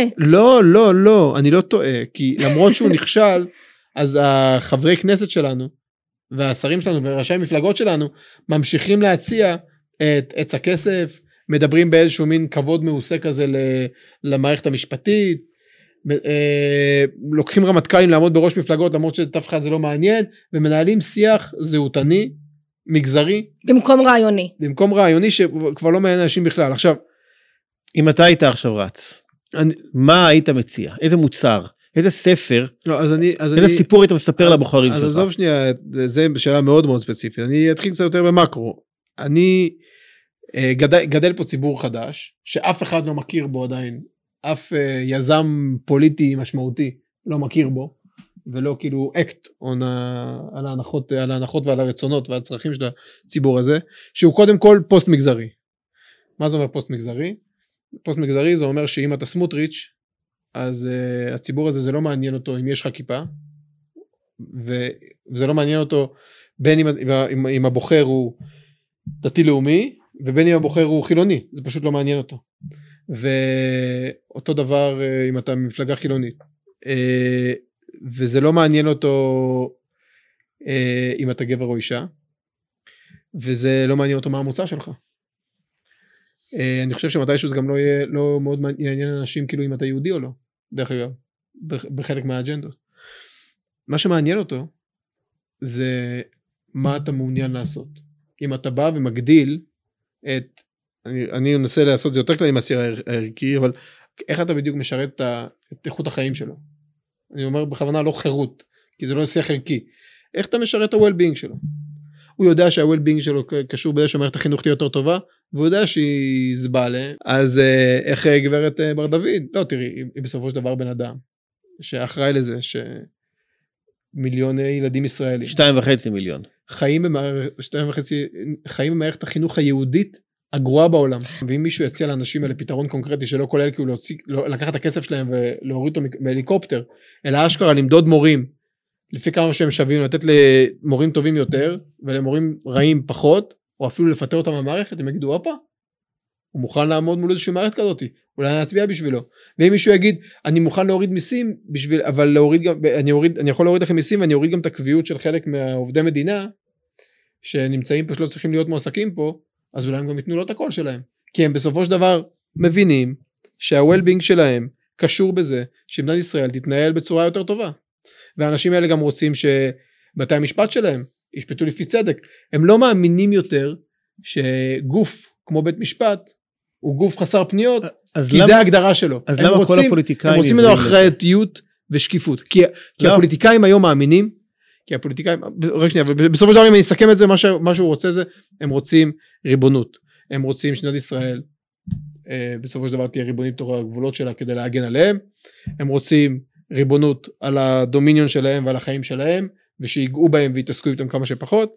לא, אני לא טועה, כי למרות שהוא נכשל, אז החברי כנסת שלנו, והשרים שלנו וראשי המפלגות שלנו ממשיכים להציע את עץ הכסף, מדברים באיזשהו מין כבוד מעושה כזה למערכת המשפטית, לוקחים רמטכ"לים לעמוד בראש מפלגות למרות שאף אחד זה לא מעניין, ומנהלים שיח זהותני, מגזרי. במקום רעיוני שכבר לא מעניין אנשים בכלל. עכשיו, אם אתה היית עכשיו רץ, מה היית מציע? איזה מוצר? איזה ספר? איזה סיפור היית מספר לבוחרים שלך? אז עזוב שנייה, זה שאלה מאוד מאוד ספציפית. אני אתחיל קצת יותר במקרו. אני גדל פה ציבור חדש, שאף אחד לא מכיר בו עדיין, אף יזם פוליטי משמעותי לא מכיר בו, ולא כאילו אקט על ההנחות ועל הרצונות והצרכים של הציבור הזה, שהוא קודם כל פוסט מגזרי. מה זה אומר פוסט מגזרי? פוסט מגזרי זה אומר שאם אתה סמוטריץ', אז הציבור הזה זה לא מעניין אותו אם יש לך כיפה, וזה לא מעניין אותו בין אם הבוחר הוא דתי לאומי, ובין אם הבוחר הוא חילוני, זה פשוט לא מעניין אותו. ואותו דבר אם אתה מפלגה חילונית. וזה לא מעניין אותו אם אתה גבר או אישה, וזה לא מעניין אותו מה המוצא שלך. אני חושב שמתישהו זה גם לא יהיה, לא מאוד מעניין אנשים כאילו אם אתה יהודי או לא, דרך אגב, בחלק מהאג'נדות. מה שמעניין אותו, זה מה אתה מעוניין לעשות. אם אתה בא ומגדיל את, אני מנסה לעשות זה יותר כלל עם הסיר הערכי, אבל איך אתה בדיוק משרת את איכות החיים שלו? אני אומר בכוונה לא חירות, כי זה לא שיח ערכי. איך אתה משרת את ה-well-being שלו? הוא יודע שה-well-being שלו קשור בזה שמערכת החינוך תהיה יותר טובה, והוא יודע שהיא זבלה, אז איך גברת בר דוד? לא, תראי, היא בסופו של דבר בן אדם, שאחראי לזה, שמיליוני ילדים ישראלים. 2.5 מיליון. חיים במערכת החינוך היהודית, הגרועה בעולם. ואם מישהו יציע לאנשים האלה פתרון קונקרטי, שלא כולל כאילו לקחת את הכסף שלהם, ולהוריד אותו בהליקופטר, אלא אשכרה למדוד מורים, לפי כמה שהם שווים, לתת למורים טובים יותר, ולמורים רעים פחות, או אפילו לפטר אותם מהמערכת, הם יגידו, אופה, הוא מוכן לעמוד מול איזושהי מערכת כזאת, אולי אני אצביע בשבילו. ואם מישהו יגיד, אני מוכן להוריד מיסים, אבל להוריד גם, אני יכול להוריד לכם מיסים, ואני אוריד גם את הקביעות של חלק מהעובדי מדינה, שנמצאים פה שלא צריכים להיות מועסקים פה, אז אולי הם גם יתנו לו את הקול שלהם. כי הם בסופו של דבר מבינים, שה-well-being שלהם קשור בזה, שמדינת ישראל תתנהל בצורה יותר טובה. והאנשים האלה גם רוצים שבתי המשפט שלהם ישפטו לפי צדק. הם לא מאמינים יותר שגוף כמו בית משפט הוא גוף חסר פניות, כי זה ההגדרה שלו. אז למה כל הפוליטיקאים... הם רוצים ממנו אחריותיות ושקיפות. כי הפוליטיקאים היום מאמינים, כי הפוליטיקאים... רק שנייה, בסופו של דבר אם אני אסכם את זה, מה שהוא רוצה זה, הם רוצים ריבונות. הם רוצים שמדינת ישראל, בסופו של דבר תהיה ריבונית בתוך הגבולות שלה כדי להגן עליהם. הם רוצים ריבונות על הדומיניון שלהם ועל החיים שלהם, ושיגעו בהם ויתעסקו איתם כמה שפחות,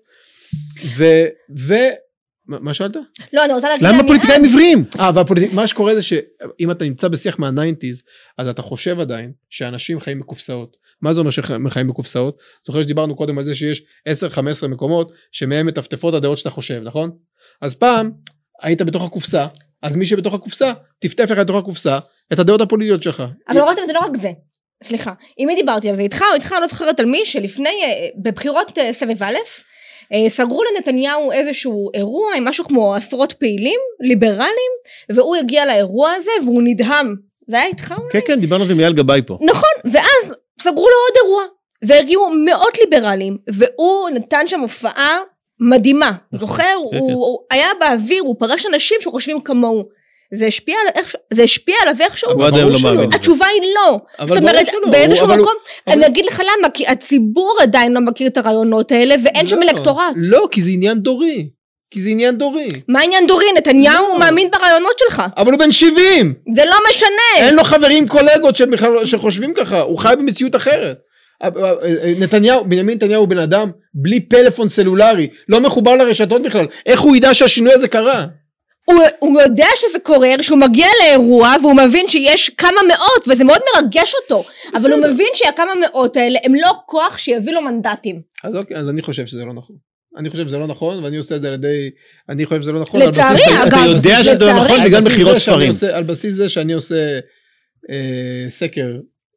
מה שאלת? לא, אני רוצה להגיד... למה פוליטיקאים עבריים? מה שקורה זה שאם אתה נמצא בשיח מה-90s, אז אתה חושב עדיין שאנשים חיים בקופסאות. מה זה אומר שהם חיים בקופסאות? זוכר שדיברנו קודם על זה שיש 10-15 מקומות, שמהם מטפטפות הדעות שאתה חושב, נכון? אז פעם, היית בתוך הקופסה, אז מי שבתוך הקופסה, תפתף לך בתוך הקופסה, את הדעות הפוליטיות שלך. אבל רותם, זה לא רק זה. סליחה, אם דיברתי על זה איתך, או איתך, אני לא זוכרת על מי, שלפני, בבחירות סבב א', סגרו לנתניהו איזשהו אירוע, עם משהו כמו עשרות פעילים, ליברליים, והוא הגיע לאירוע הזה, והוא נדהם. זה היה איתך אולי? כן, כן, דיברנו על זה מיעל גבאי פה. נכון, ואז סגרו לו עוד אירוע, והגיעו מאות ליברליים, והוא נתן שם הופעה מדהימה. זוכר? הוא היה באוויר, הוא פרש אנשים שחושבים כמוהו. זה השפיע עליו איכשהו? התשובה היא לא. זאת אומרת, באיזשהו מקום, אני אגיד לך למה, כי הציבור עדיין לא מכיר את הרעיונות האלה, ואין שם אלקטורט. לא, כי זה עניין דורי. מה עניין דורי? נתניהו מאמין ברעיונות שלך. אבל הוא בן 70. זה לא משנה. אין לו חברים קולגות שחושבים ככה, הוא חי במציאות אחרת. בנימין נתניהו הוא בן אדם בלי פלאפון סלולרי, לא מחובר לרשתות בכלל. איך הוא ידע שהשינוי הזה קרה? הוא יודע שזה קורה, שהוא מגיע לאירוע, והוא מבין שיש כמה מאות, וזה מאוד מרגש אותו, אבל הוא מבין שהכמה מאות האלה, הם לא כוח שיביא לו מנדטים. אז אוקיי, אז אני חושב שזה לא נכון. אני חושב שזה לא נכון, ואני עושה את זה על ידי, אני חושב שזה לא נכון. לצערי, אגב, אתה יודע שזה לא נכון, בגלל בחירות ספרים. על בסיס זה שאני עושה סקר,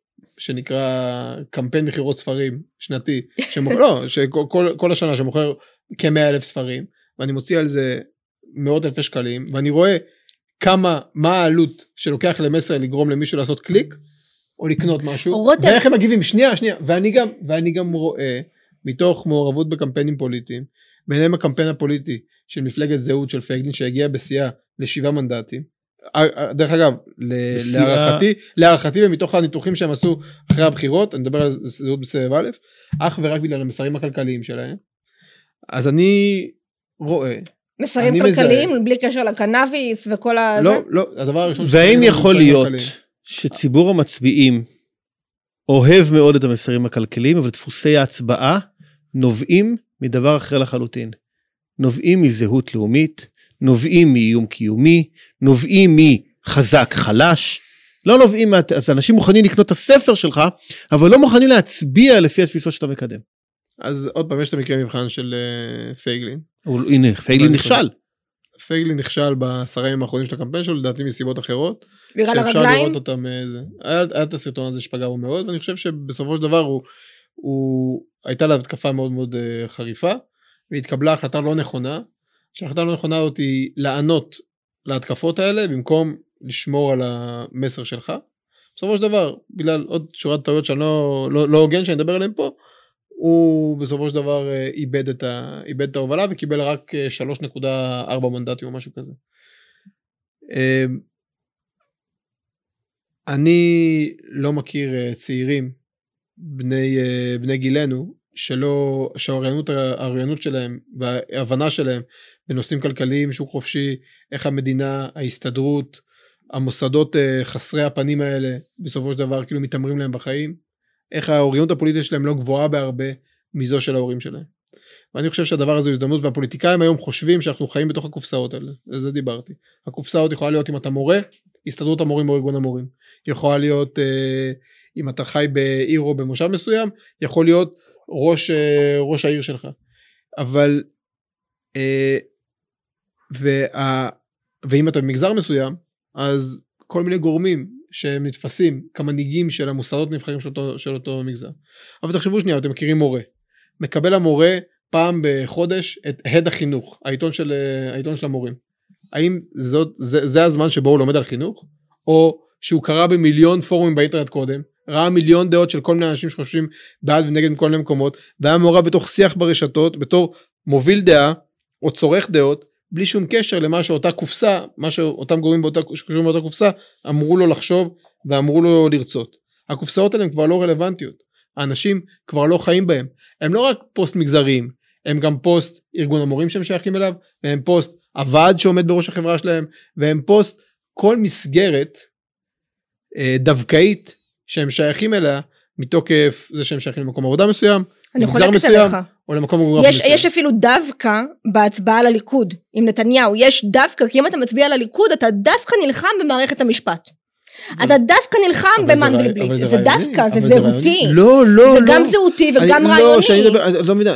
שנקרא קמפיין מחירות ספרים שנתי, לא, שכל השנה שמוכר כ100,000 ספרים, ואני מוציא על זה מאות אלפי שקלים, ואני רואה מה העלות שלוקח למסר לגרום למישהו לעשות קליק, או לקנות משהו, ואיך הם מגיבים, שנייה, ואני גם רואה, מתוך מעורבות בקמפיינים פוליטיים, ביניהם הקמפיין הפוליטי של מפלגת זהות של פייגלין, שהגיע בשיאה ל7 מנדטים, דרך אגב, להערכתי ומתוך הניתוחים שהם עשו אחרי הבחירות, אני מדבר על זהות בסבב א', אך ורק בגלל המסרים הכלכליים שלהם, אז אני רואה, מסרים כלכליים בלי קשר לקנאביס וכל הזה? לא, הדבר הראשון... והאם יכול להיות שציבור המצביעים אוהב מאוד את המסרים הכלכליים, אבל דפוסי ההצבעה נובעים מדבר אחר לחלוטין. נובעים מזהות לאומית, נובעים מאיום קיומי, נובעים מחזק חלש, לא נובעים, אז אנשים מוכנים לקנות את הספר שלך, אבל לא מוכנים להצביע לפי התפיסות שאתה מקדם. אז עוד פעם, יש את המקרה מבחן של פייגלין. הנה, פייגלין נכשל. פייגלין נכשל בשרים האחרונים של הקמפיין שלו, לדעתי מסיבות אחרות. בגלל הרגליים? שאפשר לראות אותם, היה את הסרטון הזה שפגע בו מאוד, ואני חושב שבסופו של דבר הייתה לה התקפה מאוד מאוד חריפה, והתקבלה החלטה לא נכונה, שההחלטה לא נכונה אותי לענות להתקפות האלה, במקום לשמור על המסר שלך. בסופו של דבר, בגלל עוד שורת טעויות שאני לא הוגן שאני אדבר עליהם פה, הוא בסופו של דבר איבד את ההובלה, וקיבל רק 3.4 מנדטים או משהו כזה. אני לא מכיר צעירים, בני גילנו, שהאוריינות שלהם, וההבנה שלהם, בנושאים כלכליים, שוק חופשי, איך המדינה, ההסתדרות, המוסדות חסרי הפנים האלה, בסופו של דבר כאילו מתאמרים להם בחיים, איך האוריינות הפוליטית שלהם לא גבוהה בהרבה מזו של ההורים שלהם. ואני חושב שהדבר הזה הוא הזדמנות, והפוליטיקאים היום חושבים שאנחנו חיים בתוך הקופסאות האלה, על זה דיברתי. הקופסאות יכולה להיות אם אתה מורה, הסתדרות המורים או ארגון המורים. יכולה להיות אם אתה חי בעיר או במושב מסוים, יכול להיות ראש העיר שלך. אבל ואם אתה במגזר מסוים, אז כל מיני גורמים שהם נתפסים כמנהיגים של המוסדות נבחרים של אותו מגזר. אבל תחשבו שנייה, אתם מכירים מורה. מקבל המורה פעם בחודש את הד החינוך, העיתון של המורים. האם זה הזמן שבו הוא לומד על חינוך? או שהוא קרא במיליון פורומים באינטרנט קודם, ראה מיליון דעות של כל מיני אנשים שחושבים בעד ונגד מכל מיני מקומות, והיה מעורב בתוך שיח ברשתות, בתור מוביל דעה, או צורך דעות, בלי שום קשר למה שאותה קופסה, מה שאותם גורמים שקשורים באותה קופסה, אמרו לו לחשוב, ואמרו לו לרצות. הקופסאות האלה הן כבר לא רלוונטיות. האנשים כבר לא חיים בהם. הם לא רק פוסט מגזריים, הם גם פוסט ארגון המורים שהם שייכים אליו, והם פוסט הוועד שעומד בראש החברה שלהם, והם פוסט כל מסגרת דווקאית שהם שייכים אליה, מתוקף זה שהם שייכים למקום עבודה מסוים, מגזר מסוים, או למקום גיאוגרפי מסוים. יש אפילו דווקא בהצבעה לליכוד, עם נתניהו, יש דווקא, כי אם אתה מצביע לליכוד, אתה דווקא נלחם במערכת המשפט. אתה דווקא נלחם במנדלבליט, זה דווקא, זה זהותי. לא, זה גם זהותי וגם רעיוני. לא מבינה,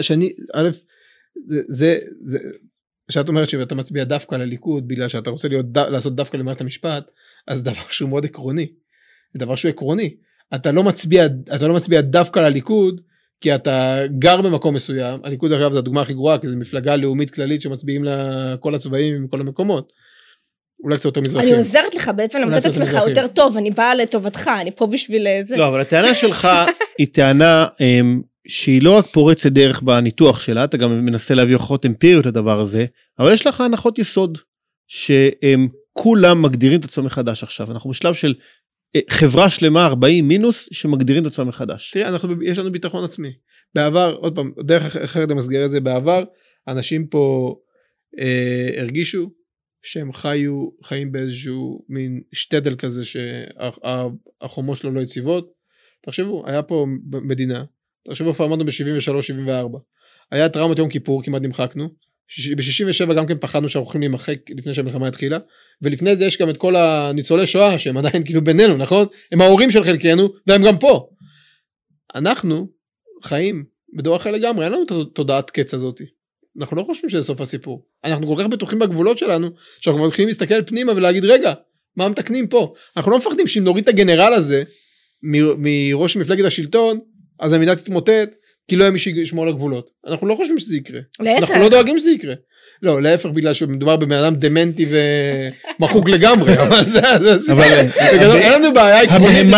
שאת אומרת שאתה מצביע דווקא לליכוד, בגלל שאתה רוצה לעשות דווקא למערכת המשפט, אז דבר שהוא מאוד עקרוני. זה דבר שהוא עקרוני. אתה לא מצביע דווקא לליכוד, כי אתה גר במקום מסוים. הליכוד דרך אגב זה הדוגמה הכי גרועה, כי זו מפלגה לאומית כללית שמצביעים לכל הצבעים מכל המקומות. אולי קצת יותר מזרחים. אני עוזרת לך בעצם למדת את עצמך יותר טוב, אני באה לטובתך, אני פה בשביל זה. לא, אבל הטענה שלך היא טענה שהיא לא רק פורצת דרך בניתוח שלה, אתה גם מנסה להביא הוכחות אמפיריות לדבר הזה, אבל יש לך הנחות יסוד, שהם כולם מגדירים את עצמם מחדש עכשיו. אנחנו בשלב של חברה שלמה 40 מינוס שמגדירים את עצמם מחדש. תראה, יש לנו ביטחון עצמי. בעבר, עוד פעם, דרך אחרת למסגר את זה, בעבר, אנשים פה הרגישו שהם חיים באיזשהו מין שטדל כזה, שהחומות שלו לא יציבות. תחשבו, היה פה מדינה, תחשבו איפה עמדנו ב-73-74. היה טראומת יום כיפור, כמעט נמחקנו. ב-67 גם כן פחדנו שאנחנו הולכים להימחק לפני שהמלחמה התחילה. ולפני זה יש גם את כל הניצולי שואה, שהם עדיין כאילו בינינו, נכון? הם ההורים של חלקנו, והם גם פה. אנחנו חיים בדור אחר לגמרי, אין לנו את התודעת קץ הזאת. אנחנו לא חושבים שזה סוף הסיפור. אנחנו כל כך בטוחים בגבולות שלנו, שאנחנו מתחילים להסתכל פנימה ולהגיד, רגע, מה מתקנים פה? אנחנו לא מפחדים שאם נוריד את הגנרל הזה, מראש מפלגת השלטון, אז המדינה תתמוטט, כי לא יהיה מי שישמור על הגבולות. אנחנו לא חושבים שזה יקרה. להפך. אנחנו לא דואגים שזה יקרה. לא, להפך, בגלל שמדובר בבן אדם דמנטי ומחוק לגמרי, אבל זה הסיבה. אין לנו בעיה עקרונית,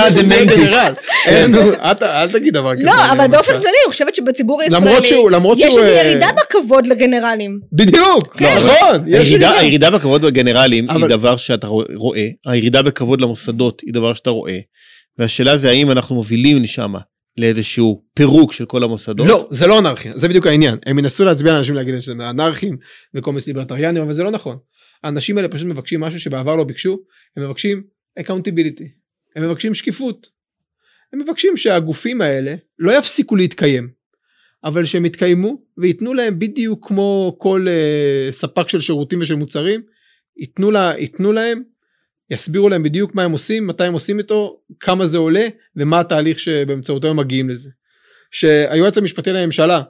אל תגיד דבר כזה. לא, אבל באופן כללי, אני חושבת שבציבור הישראלי, למרות יש שהוא... ירידה בכבוד לגנרלים. בדיוק, נכון. הירידה בכבוד לגנרלים היא דבר שאתה רואה, הירידה בכבוד למוסדות היא דבר שאתה רואה, והשאלה זה האם אנחנו מובילים לשם לאיזשהו פירוק של כל המוסדות. לא, זה לא אנרכיה, זה בדיוק העניין. הם ינסו להצביע לאנשים להגיד שזה אנרכיים וקומוניסט ליברטריאנים, אבל זה לא נכון. האנשים האלה פשוט מבקשים משהו שבעבר לא ביקשו, הם מבקשים accountability, הם מבקשים שקיפות. הם מבקשים שהגופים האלה לא יפסיקו להתקיים, אבל שהם יתקיימו ויתנו להם בדיוק כמו כל ספק של שירותים ושל מוצרים, יתנו להם, יסבירו להם בדיוק מה הם עושים, מתי הם עושים איתו, כמה זה עולה, ומה התהליך שבאמצעותו הם מגיעים לזה. שהיועץ המשפטי לממשלה,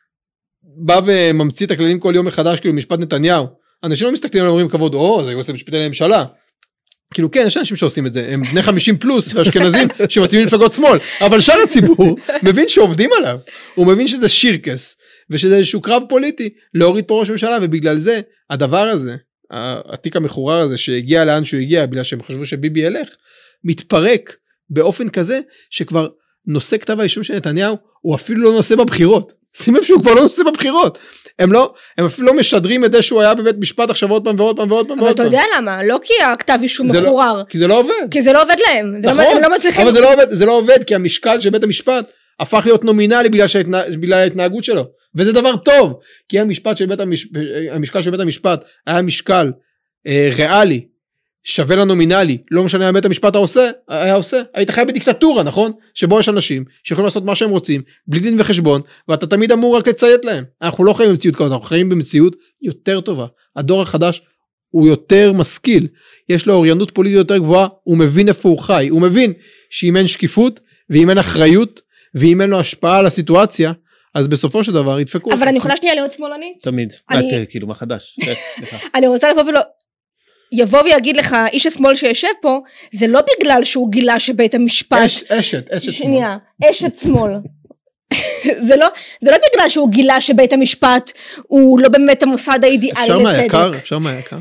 בא וממציא את הכללים כל יום מחדש, כאילו משפט נתניהו, אנשים לא מסתכלים עליהם ואומרים כבוד, זה היועץ המשפטי לממשלה, כאילו כן, יש אנשים שעושים את זה, הם בני 50 פלוס, ואשכנזים שמצביעים מפלגות שמאל, אבל שאר הציבור מבין שעובדים עליו, הוא מבין שזה שירקס, ושזה איזשהו קרב פוליטי, להוריד פה ראש ממשלה, ובגלל זה, הדבר הזה, העתיק המחורר הזה שהגיע לאן שהוא הגיע, בגלל שהם חשבו שביבי ילך, מתפרק באופן כזה, שכבר נושא כתב האישום של נתניהו, הוא אפילו לא נושא בבחירות. שימו לב שהוא כבר לא נושא בבחירות. הם אפילו לא משדרים את זה שהוא היה בבית משפט עכשיו עוד פעם ועוד פעם ועוד פעם. אבל אתה יודע למה? לא כי הכתב אישום מחורר. כי זה לא עובד. כי זה לא עובד להם. נכון, אבל זה לא עובד, כי המשקל של בית המשפט הפך להיות נומינלי בגלל ההתנהגות שלו. וזה דבר טוב, כי המשקל של בית המשפט היה משקל ריאלי, שווה לנומינלי, לא משנה מה בית המשפט היה עושה, היית חי בדיקטטורה, נכון? שבו יש אנשים שיכולים לעשות מה שהם רוצים, בלי דין וחשבון, ואתה תמיד אמור רק לציית להם. אנחנו לא חיים במציאות כזאת, אנחנו חיים במציאות יותר טובה. הדור החדש הוא יותר משכיל, יש לו אוריינות פוליטית יותר גבוהה, הוא מבין איפה הוא חי, הוא מבין שאם אין שקיפות, ואם אין אחריות, ואם אין לו השפעה על הסיטואציה, אז בסופו של דבר ידפקו. אבל אני יכולה שנייה להיות שמאלנית? תמיד. כאילו מה חדש? אני רוצה לבוא יבוא ויגיד לך, איש השמאל שישב פה, זה לא בגלל שהוא גילה שבית המשפט... אשת שמאל. אשת שמאל. זה לא בגלל שהוא גילה שבית המשפט הוא לא באמת המוסד האידיאלי לצדק. אפשר מה יקר?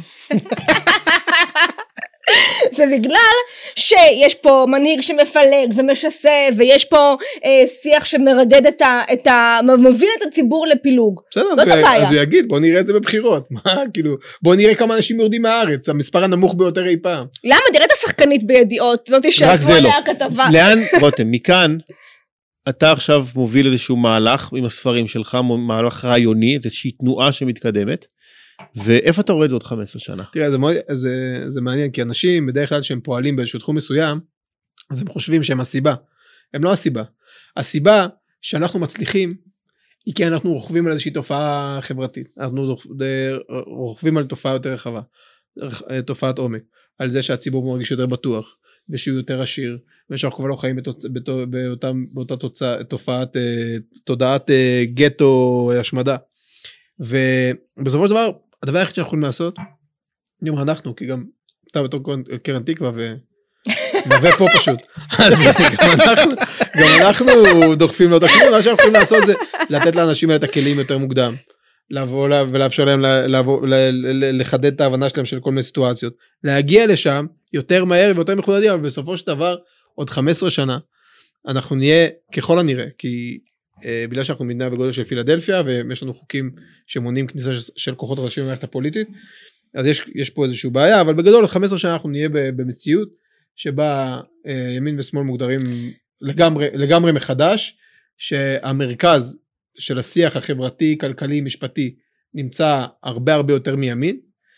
זה בגלל שיש פה מנהיג שמפלג ומשסה, ויש פה שיח שמרדד מוביל את הציבור לפילוג. בסדר, אז הוא יגיד, בוא נראה את זה בבחירות. כאילו, בוא נראה כמה אנשים יורדים מהארץ, המספר הנמוך ביותר אי פעם. למה? תראה את השחקנית בידיעות, זאת שעשו עליה כתבה. לאן, רותם, מכאן, אתה עכשיו מוביל איזשהו מהלך עם הספרים שלך, מהלך רעיוני, איזושהי תנועה שמתקדמת, ואיפה אתה רואה את זה עוד 15 שנה? תראה, זה מעניין, כי אנשים בדרך כלל שהם פועלים באיזשהו תחום מסוים, אז הם חושבים שהם הסיבה. הם לא הסיבה. הסיבה שאנחנו מצליחים, היא כי אנחנו רוכבים על איזושהי תופעה חברתית. אנחנו רוכבים על תופעה יותר רחבה, תופעת עומק, על זה שהציבור מרגיש יותר בטוח, ושהוא יותר עשיר, ושאנחנו כבר לא חיים באותה תודעת גטו השמדה. ובסופו של דבר, הדבר היחיד שאנחנו יכולים לעשות, אני אומר אנחנו, כי גם אתה בתור קרן תקווה ופה פשוט, אז גם אנחנו דוחפים לאותה כיוון, מה שאנחנו יכולים לעשות זה לתת לאנשים האלה את הכלים יותר מוקדם, לבוא ולאפשר להם לחדד את ההבנה שלהם של כל מיני סיטואציות, להגיע לשם יותר מהר ויותר מחודדים, אבל בסופו של דבר, עוד 15 שנה, אנחנו נהיה ככל הנראה, כי בגלל שאנחנו מדינה בגודל של פילדלפיה, ויש לנו חוקים שמונעים כניסה של כוחות ראשיים במערכת הפוליטית, אז יש פה איזושהי בעיה, אבל בגדול, 15 שנה אנחנו נהיה במציאות, שבה ימין ושמאל מוגדרים לגמרי מחדש, שהמרכז של השיח החברתי, כלכלי, משפטי, נמצא הרבה יותר מימין,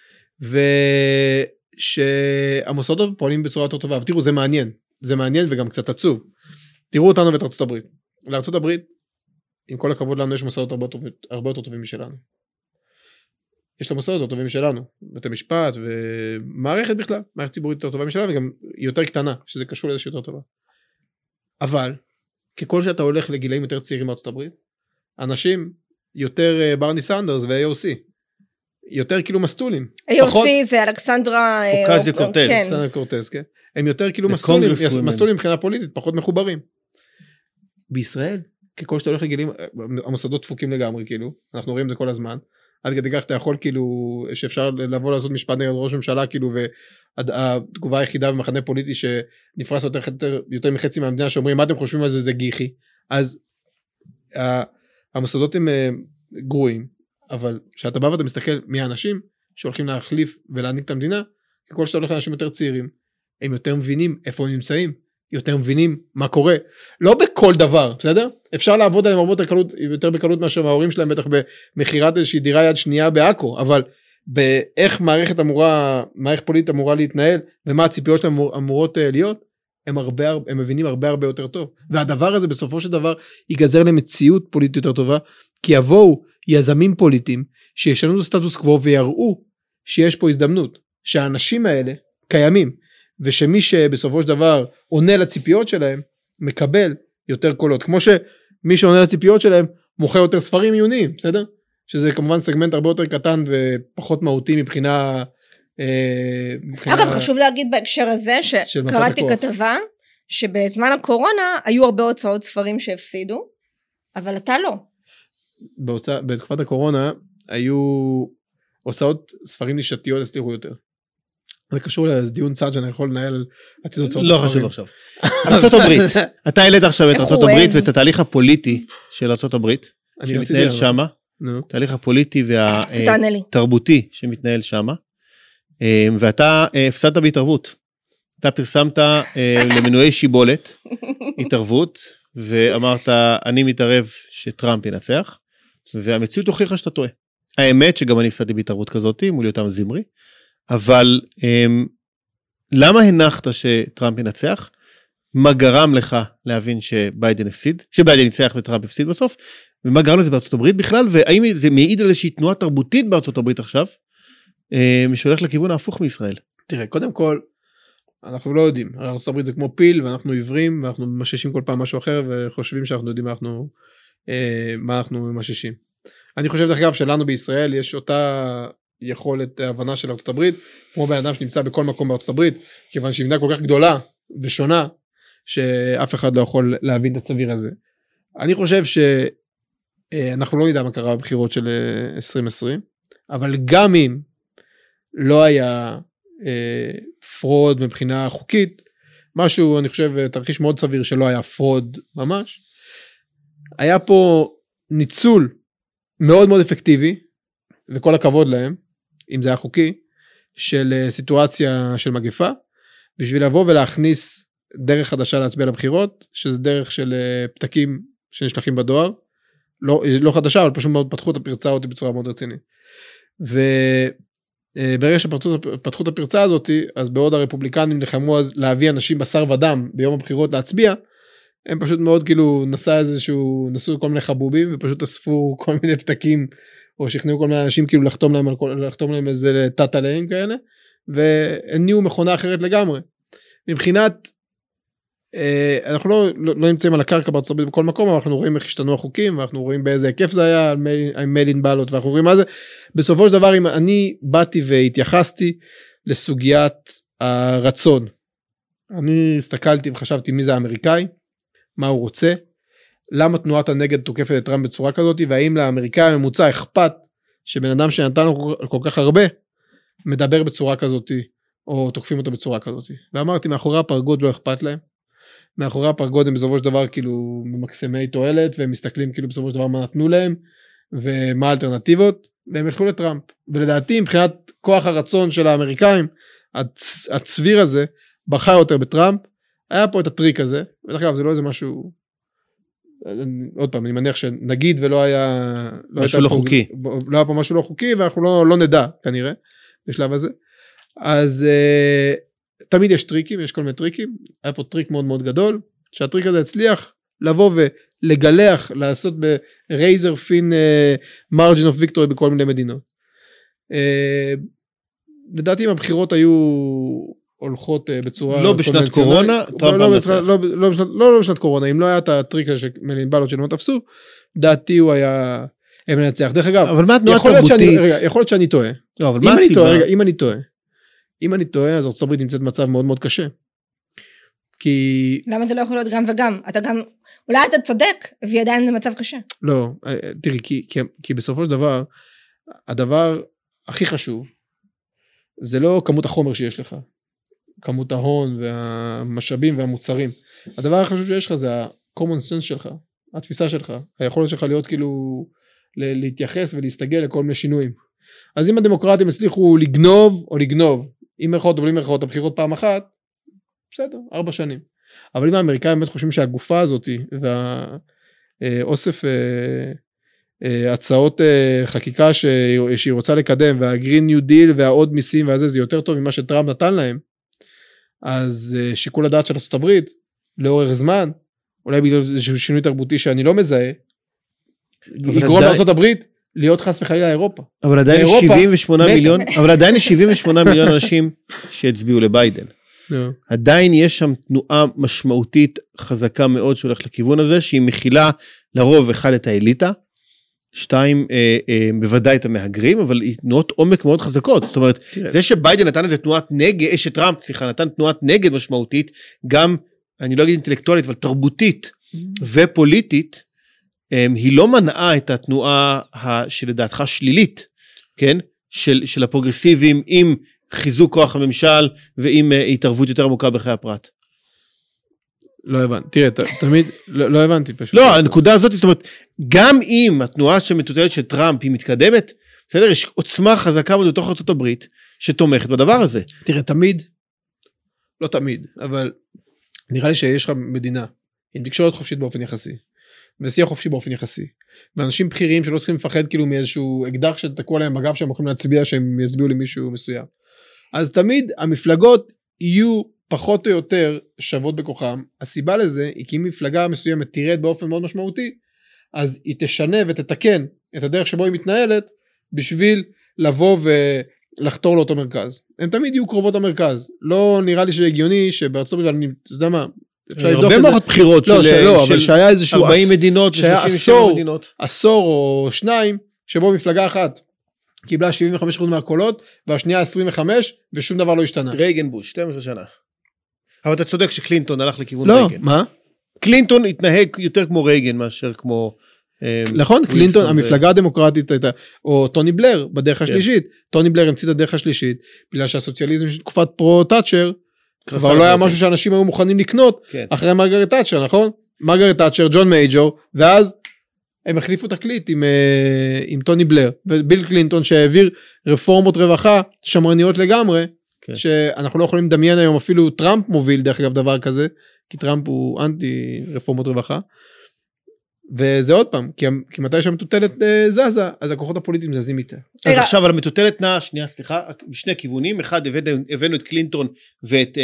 ושהמוסדות פועלים בצורה יותר טובה, ותראו, זה מעניין וגם קצת עצוב, תראו אותנו ואת ארצות הברית, לארצות הברית, עם כל הכבוד לנו יש מוסדות הרבה יותר טובים משלנו. יש לה מוסדות יותר טובים משלנו, בית המשפט ומערכת בכלל, מערכת ציבורית יותר טובה משלנו, וגם היא יותר קטנה, שזה קשור לזה שיותר טובה. אבל, ככל שאתה הולך לגילאים יותר צעירים בארצות הברית, אנשים יותר ברני סנדרס ו-AOC, יותר כאילו מסטולים. AOC זה אלכסנדרה קורטז. אלכסנדרה קורטז, כן. הם יותר כאילו מסטולים מבחינה פוליטית, פחות מחוברים. בישראל, ככל שאתה הולך לגילים, המוסדות דפוקים לגמרי, כאילו, אנחנו רואים את זה כל הזמן, עד כדי כך אתה יכול כאילו, שאפשר לבוא לעשות משפט נגד ראש ממשלה, כאילו, והתגובה היחידה במחנה פוליטי שנפרס יותר מחצי מהמדינה, שאומרים, מה אתם חושבים על זה, זה גיחי. אז המוסדות הם גרועים, אבל כשאתה בא ואתה מסתכל מי האנשים שהולכים להחליף ולהעניק את המדינה, ככל שאתה הולך לאנשים יותר צעירים, הם יותר מבינים איפה הם נמצאים, יותר מבינים מה קורה, לא בכל דבר, בסדר? אפשר לעבוד עליהם יותר בקלות מאשר מההורים שלהם, בטח במחירת איזושהי דירה יד שנייה בעכו, אבל באיך מערכת פוליטית אמורה להתנהל, ומה הציפיות שלהם אמורות להיות, הם מבינים הרבה יותר טוב, והדבר הזה בסופו של דבר ייגזר למציאות פוליטית יותר טובה, כי יבואו יזמים פוליטיים, שישנו את הסטטוס קוו ויראו שיש פה הזדמנות, שהאנשים האלה קיימים, ושמי שבסופו של דבר עונה לציפיות שלהם, מקבל יותר קולות, כמו שמי שעונה לציפיות שלהם, מוכר יותר ספרים עיוניים, בסדר? שזה כמובן סגמנט הרבה יותר קטן, ופחות מהותי מבחינה... אגב, חשוב להגיד בהקשר הזה, שקראתי כתבה, שבזמן הקורונה, היו הרבה הוצאות ספרים שהפסידו, אבל אתה לא. בתקופת הקורונה, היו הוצאות ספרים נישתיות, הצליחו יותר. זה קשור לדיון צעד שאני יכול לנהל עתיד הוצאות הספרים. לא חשוב עכשיו. ארצות הברית, אתה העלית עכשיו את ארצות הברית ואת התהליך הפוליטי של ארצות הברית, שמתנהל שמה, התהליך הפוליטי והתרבותי שמתנהל שמה, ואתה הפסדת בהתערבות. אתה פרסמת למנועי שיבולת, התערבות, ואמרת, אני מתערב שטראמפ ינצח, והמציאות הוכיחה שאתה טועה. האמת שגם אני הפסדתי בהתערבות כזאת, מול יותם זמרי, אבל למה הנחת שטראמפ ינצח? מה גרם לך להבין שביידן הפסיד? שביידן ניצח וטראמפ הפסיד בסוף? ומה גרם לזה בארצות הברית בכלל? והאם זה מעיד על איזושהי תנועה תרבותית בארצות הברית עכשיו, שהולך לכיוון ההפוך מישראל? תראה, קודם כל, אנחנו לא יודעים. ארצות הברית זה כמו פיל, ואנחנו עיוורים, ואנחנו מששים כל פעם משהו אחר, וחושבים שאנחנו יודעים מה אנחנו מששים. אני חושב דרך אגב שלנו בישראל יש אותה יכולת הבנה של ארצות הברית, כמו בן אדם שנמצא בכל מקום בארצות הברית, כיוון שהיא מדינה כל כך גדולה ושונה, שאף אחד לא יכול להבין את הצביר הזה. אני חושב שאנחנו לא נדע מה קרה בבחירות של 2020, אבל גם אם לא היה פרוד מבחינה חוקית, משהו אני חושב תרחיש מאוד סביר שלא היה פרוד ממש, היה פה ניצול מאוד מאוד אפקטיבי, וכל הכבוד להם, אם זה היה חוקי, של סיטואציה של מגפה, בשביל לבוא ולהכניס דרך חדשה להצביע לבחירות, שזה דרך של פתקים שנשלחים בדואר, לא חדשה, אבל פשוט מאוד פתחו את הפרצה אותי בצורה מאוד רצינית. וברגע שפתחו את הפרצה הזאת, אז בעוד הרפובליקנים לחמו אז להביא אנשים בשר ודם ביום הבחירות להצביע, הם פשוט מאוד כאילו נסו כל מיני חבובים, ופשוט אספו כל מיני פתקים, או שכנעו כל מיני אנשים כאילו לחתום להם איזה תת עליהם כאלה, והניעו מכונה אחרת לגמרי. מבחינת, אנחנו לא נמצאים על הקרקע בארצות הברית בכל מקום, אבל אנחנו רואים איך השתנו החוקים, ואנחנו רואים באיזה היקף זה היה, על מיילין בלוט, ואנחנו רואים מה זה. בסופו של דבר, אם אני באתי והתייחסתי לסוגיית הרצון, אני הסתכלתי וחשבתי מי זה האמריקאי, מה הוא רוצה, למה תנועת הנגד תוקפת את טראמפ בצורה כזאת, והאם לאמריקאי הממוצע אכפת שבן אדם שנתן כל כך הרבה, מדבר בצורה כזאת, או תוקפים אותו בצורה כזאת. ואמרתי, מאחורי הפרגוד לא אכפת להם, מאחורי הפרגוד הם בסופו של דבר כאילו ממקסמי תועלת, והם מסתכלים כאילו בסופו של דבר מה נתנו להם, ומה האלטרנטיבות, והם ילכו לטראמפ. ולדעתי, מבחינת כוח הרצון של האמריקאים, הצביר הזה, בחר יותר בטראמפ, היה פה את הטריק הזה, ולכן זה לא איזה משהו, עוד פעם, אני מניח שנגיד ולא היה, משהו לא חוקי. לא היה פה משהו לא חוקי, ואנחנו לא נדע כנראה, בשלב הזה. אז תמיד יש טריקים, יש כל מיני טריקים, היה פה טריק מאוד מאוד גדול, שהטריק הזה הצליח לבוא ולגלח, לעשות ב-razor thin margin of victory בכל מיני מדינות. לדעתי אם הבחירות היו הולכות בצורה... לא בשנת קורונה, לא בשנת קורונה, אם לא היה את הטריק הזה שמלין בלוט שלא תפסו, דעתי הוא היה... מנצח. דרך אגב, אבל מה התנועה התרבותית? יכול להיות שאני טועה. לא, אבל מה הסיבה? אם אני טועה, אז ארצות הברית נמצאת במצב מאוד מאוד קשה. כי... למה זה לא יכול להיות גם וגם? אתה גם, אולי אתה צודק, והיא עדיין במצב קשה. לא, תראי, כי בסופו של דבר, הדבר הכי חשוב, זה לא כמות החומר שיש לך, כמות ההון והמשאבים והמוצרים. הדבר החשוב שיש לך זה ה-common sense שלך, התפיסה שלך, היכולת שלך להיות כאילו, להתייחס ולהסתגל לכל מיני שינויים. אז אם הדמוקרטים הצליחו לגנוב או לגנוב, עם מרכאות או בלי מרכאות, הבחירות פעם אחת, בסדר, 4 שנים. אבל אם האמריקאים באמת חושבים שהגופה הזאת, והאוסף הצעות חקיקה שהיא רוצה לקדם, והגרין ניו דיל והעוד מיסים והזה, זה יותר טוב ממה שטראמפ נתן להם, אז שיקול הדעת של ארצות הברית, לאורך זמן, אולי בגלל איזשהו שינוי תרבותי שאני לא מזהה, יגרום לארצות הברית להיות חס וחלילה אירופה. אבל עדיין 78 מיליון אנשים שהצביעו לביידן. עדיין יש שם תנועה משמעותית חזקה מאוד שהולכת לכיוון הזה, שהיא מכילה לרוב אחד את האליטה, 2 בוודאי את המהגרים, אבל היא תנועות עומק מאוד חזקות. זאת אומרת, זה שביידן נתן איזה תנועת נגד, שטראמפ, נתן תנועת נגד משמעותית, גם, אני לא אגיד אינטלקטואלית, אבל תרבותית ופוליטית, היא לא מנעה את התנועה שלדעתך שלילית, כן? של הפרוגרסיביים עם חיזוק כוח הממשל ועם התערבות יותר עמוקה בחיי הפרט. לא הבנתי, תראה, תמיד, לא הבנתי פשוט. לא, הנקודה הזאת, זאת אומרת, גם אם התנועה שמטוטלת של טראמפ היא מתקדמת, בסדר, יש עוצמה חזקה מאוד בתוך ארצות הברית, שתומכת בדבר הזה. תראה, תמיד, לא תמיד, אבל נראה לי שיש לך מדינה, עם תקשורת חופשית באופן יחסי, ושיח חופשי באופן יחסי, ואנשים בכירים שלא צריכים לפחד כאילו מאיזשהו אקדח שתקעו עליהם בגב שהם יכולים להצביע שהם יצביעו למישהו מסוים. אז תמיד המפלגות יהיו פחות או יותר שוות בכוחם. הסיבה לזה היא כי אם מפלגה מסוימת תירד באופן מאוד משמעותי, אז היא תשנה ותתקן את הדרך שבו היא מתנהלת, בשביל לבוא ולחתור לאותו מרכז. הם תמיד יהיו קרובות המרכז. לא נראה לי שהגיוני שבארצות הברית, אתה יודע מה, הרבה מאוד בחירות אבל שהיה איזשהו 40 מדינות ו-37 מדינות. עשור או 2, שבו מפלגה אחת קיבלה 75% מהקולות, והשנייה 25, ושום דבר לא השתנה. רייגן בוש, 12 שנה. אבל אתה צודק שקלינטון הלך לכיוון רייגן. לא, מה? קלינטון התנהג יותר כמו רייגן מאשר כמו... נכון, קלינטון, המפלגה הדמוקרטית הייתה, או טוני בלר בדרך השלישית. טוני בלר המציא את הדרך השלישית, בגלל שהסוציאליזם של תקופת פרו-טאצ'ר, כבר לא היה משהו שאנשים היו מוכנים לקנות, אחרי מרגרט תאצ'ר, נכון? מרגרט תאצ'ר, ג'ון מייג'ור, ואז הם החליפו תקליט עם טוני בלר, וביל קלינטון שהעביר רפורמות רווחה שמרניות לגמרי, שאנחנו לא יכולים לדמיין היום, אפילו טראמפ מוביל דרך אגב דבר כזה, כי טראמפ הוא אנטי רפורמות רווחה, וזה עוד פעם, כי מתי שהמטוטלת זזה, אז הכוחות הפוליטיים זזים איתה. אז עכשיו על המטוטלת נעה, שנייה, סליחה, בשני כיוונים, אחד הבאנו את קלינטון ואת,